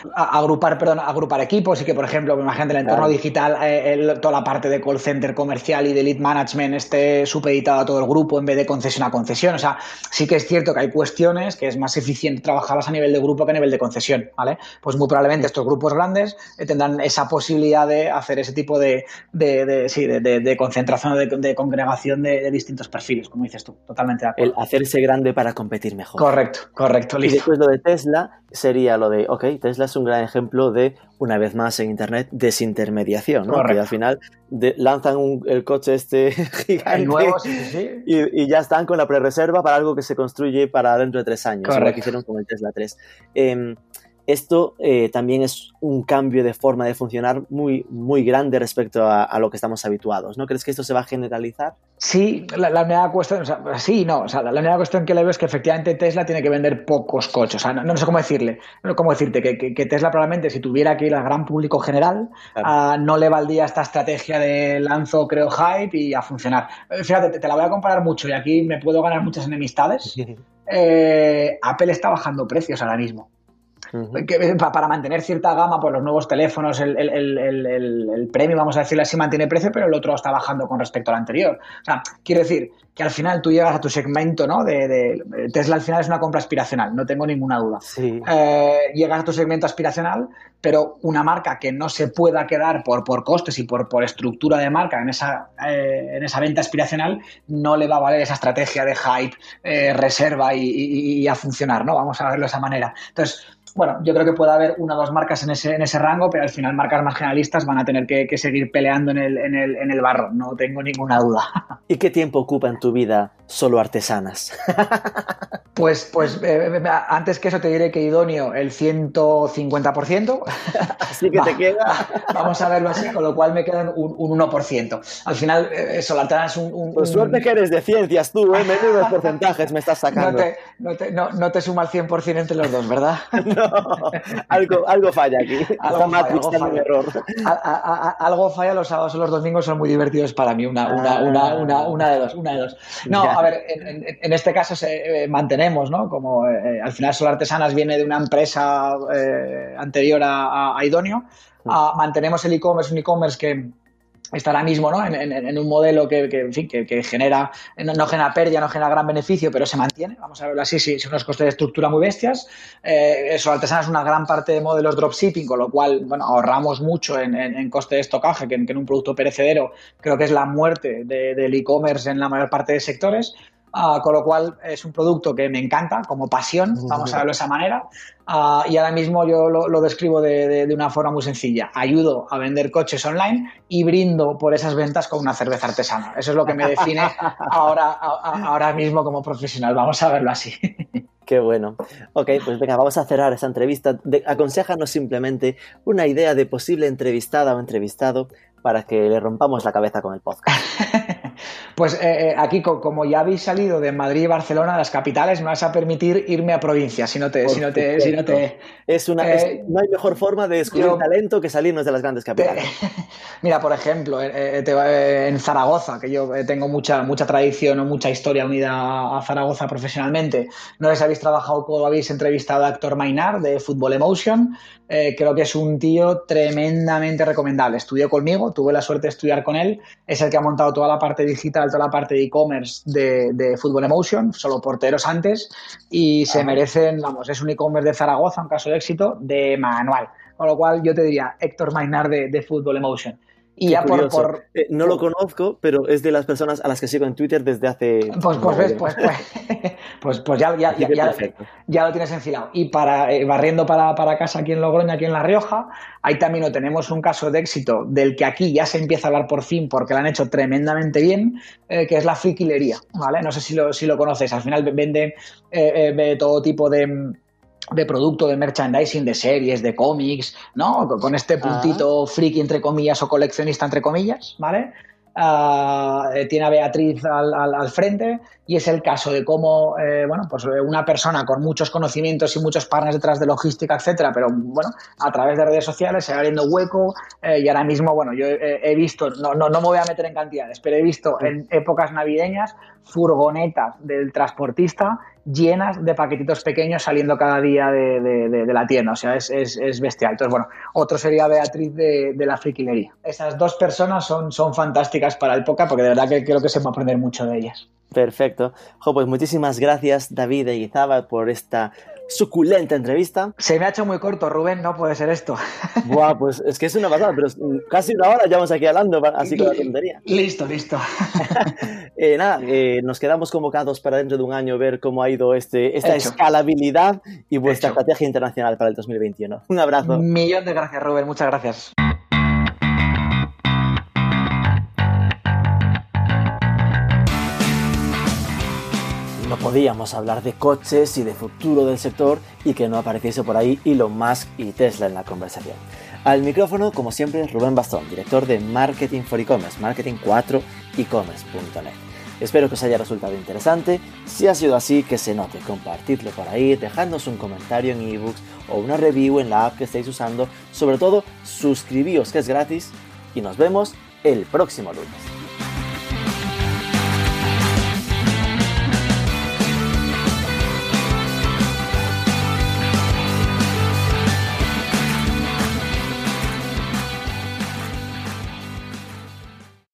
Agrupar equipos y que, por ejemplo, imagínate el entorno digital, toda la parte de call center comercial y de lead management esté supeditado a todo el grupo en vez de concesión a concesión. O sea, sí que es cierto que hay cuestiones que es más eficiente trabajarlas a nivel de grupo que a nivel de concesión, ¿vale? Pues muy probablemente estos grupos grandes tendrán esa posibilidad de hacer ese tipo de concentración, de congregación de distintos perfiles, como dices tú, totalmente de acuerdo. El hacerse grande para competir mejor. Correcto, listo. Y después lo de Tesla sería lo de, Tesla es un gran ejemplo de, una vez más en Internet, desintermediación, ¿no? Correcto. Que al final lanzan el coche este gigante el nuevo, sí. Y ya están con la prerreserva para algo que se construye para dentro de 3 años, lo que hicieron con el Tesla 3. Esto también es un cambio de forma de funcionar muy, muy grande respecto a lo que estamos habituados, ¿no? ¿Crees que esto se va a generalizar? Sí, la única cuestión, la única cuestión que le veo es que efectivamente Tesla tiene que vender pocos coches. O sea, no sé cómo decirte, que Tesla probablemente si tuviera que ir al gran público general, claro, no le valdría esta estrategia de lanzo, creo, hype y a funcionar. Fíjate, te la voy a comparar mucho y aquí me puedo ganar muchas enemistades. Apple está bajando precios ahora mismo. Para mantener cierta gama, pues los nuevos teléfonos, el premium, vamos a decirlo así, mantiene precio, pero el otro está bajando con respecto al anterior. O sea, quiero decir que al final tú llegas a tu segmento, ¿no? Tesla al final es una compra aspiracional, no tengo ninguna duda. Sí. Llegas a tu segmento aspiracional, pero una marca que no se pueda quedar por costes y por estructura de marca en esa venta aspiracional, no le va a valer esa estrategia de hype, reserva y a funcionar, ¿no? Vamos a verlo de esa manera. Entonces, bueno, yo creo que puede haber 1 o 2 marcas en ese rango, pero al final marcas más generalistas van a tener que seguir peleando en el barro, no tengo ninguna duda. ¿Y qué tiempo ocupa en tu vida solo artesanas? Pues antes que eso te diré que idóneo el 150%. Así que te queda. Vamos a verlo así, con lo cual me quedan un 1%. Al final, eso, la artesana es Pues suerte que eres de ciencias tú, ¿eh? Menudos porcentajes me estás sacando. No te suma el 100% entre los dos, ¿verdad? No, algo falla aquí. Algo falla, los sábados o los domingos son muy divertidos para mí, una de dos. No, a ver, en este caso mantenemos, ¿no? Como al final Solar Artesanas viene de una empresa anterior a Idóneo, mantenemos el e-commerce, un e-commerce que está ahora mismo, ¿no? en un modelo que genera, no genera pérdida, no genera gran beneficio, pero se mantiene, vamos a verlo así, sí, son unos costes de estructura muy bestias. Solar Artesanas es una gran parte de modelos dropshipping, con lo cual, bueno, ahorramos mucho en coste de estocaje, que en un producto perecedero creo que es la muerte del e-commerce en la mayor parte de sectores. con lo cual es un producto que me encanta, como pasión, vamos a verlo de esa manera. Y ahora mismo yo lo describo de una forma muy sencilla. Ayudo a vender coches online y brindo por esas ventas con una cerveza artesana. Eso es lo que me define ahora mismo como profesional. Vamos a verlo así. Qué bueno. Ok, pues venga, vamos a cerrar esta entrevista. Aconséjanos simplemente una idea de posible entrevistada o entrevistado para que le rompamos la cabeza con el podcast. Pues aquí, como ya habéis salido de Madrid y Barcelona, las capitales, me vas a permitir irme a provincia, no hay mejor forma de descubrir talento que salirnos de las grandes capitales. Mira, por ejemplo, en Zaragoza, que yo tengo mucha tradición o mucha historia unida a Zaragoza profesionalmente. No sé si habéis trabajado o habéis entrevistado a Héctor Maynard de Football Emotion. Creo que es un tío tremendamente recomendable. Estudió conmigo, tuve la suerte de estudiar con él. Es el que ha montado toda la parte digital, toda la parte de e-commerce de Football Emotion, solo porteros antes, y se merecen, es un e-commerce de Zaragoza, un caso de éxito, de manual. Con lo cual yo te diría Héctor Maynard de Football Emotion. Y ya no lo conozco, pero es de las personas a las que sigo en Twitter desde hace... Pues ya lo tienes enfilado. Y barriendo para casa aquí en Logroño, aquí en La Rioja, ahí también tenemos un caso de éxito del que aquí ya se empieza a hablar por fin porque lo han hecho tremendamente bien, que es la friquilería, ¿vale? No sé si lo conoces. Al final venden todo tipo de producto, de merchandising, de series, de cómics, ¿no? Con este puntito friki, entre comillas, o coleccionista, entre comillas, ¿vale? Tiene a Beatriz al frente y es el caso de cómo, una persona con muchos conocimientos y muchos partners detrás de logística, etcétera, pero a través de redes sociales se va abriendo hueco y ahora mismo, yo he visto, no me voy a meter en cantidades, pero he visto en épocas navideñas furgonetas del transportista llenas de paquetitos pequeños saliendo cada día de la tienda, o sea, es bestial. Entonces, otro sería Beatriz de la friquilería. Esas dos personas son fantásticas para el podcast porque de verdad que creo que se va a aprender mucho de ellas. Perfecto. Pues muchísimas gracias, David Eguizábal, por esta suculenta entrevista. Se me ha hecho muy corto, Rubén, no puede ser esto. Buah, pues es que es una pasada, pero casi una hora llevamos aquí hablando, así con la tontería. Listo. Nos quedamos convocados para dentro de un año ver cómo ha ido esta escalabilidad y vuestra estrategia internacional para el 2021. Un abrazo. Un millón de gracias, Rubén, muchas gracias. No podíamos hablar de coches y de futuro del sector y que no apareciese por ahí Elon Musk y Tesla en la conversación. Al micrófono, como siempre, Rubén Bastón, director de Marketing for E-Commerce, marketing4ecommerce.net. Espero que os haya resultado interesante. Si ha sido así, que se note, compartidlo por ahí, dejadnos un comentario en ebooks o una review en la app que estéis usando. Sobre todo, suscribíos, que es gratis, y nos vemos el próximo lunes.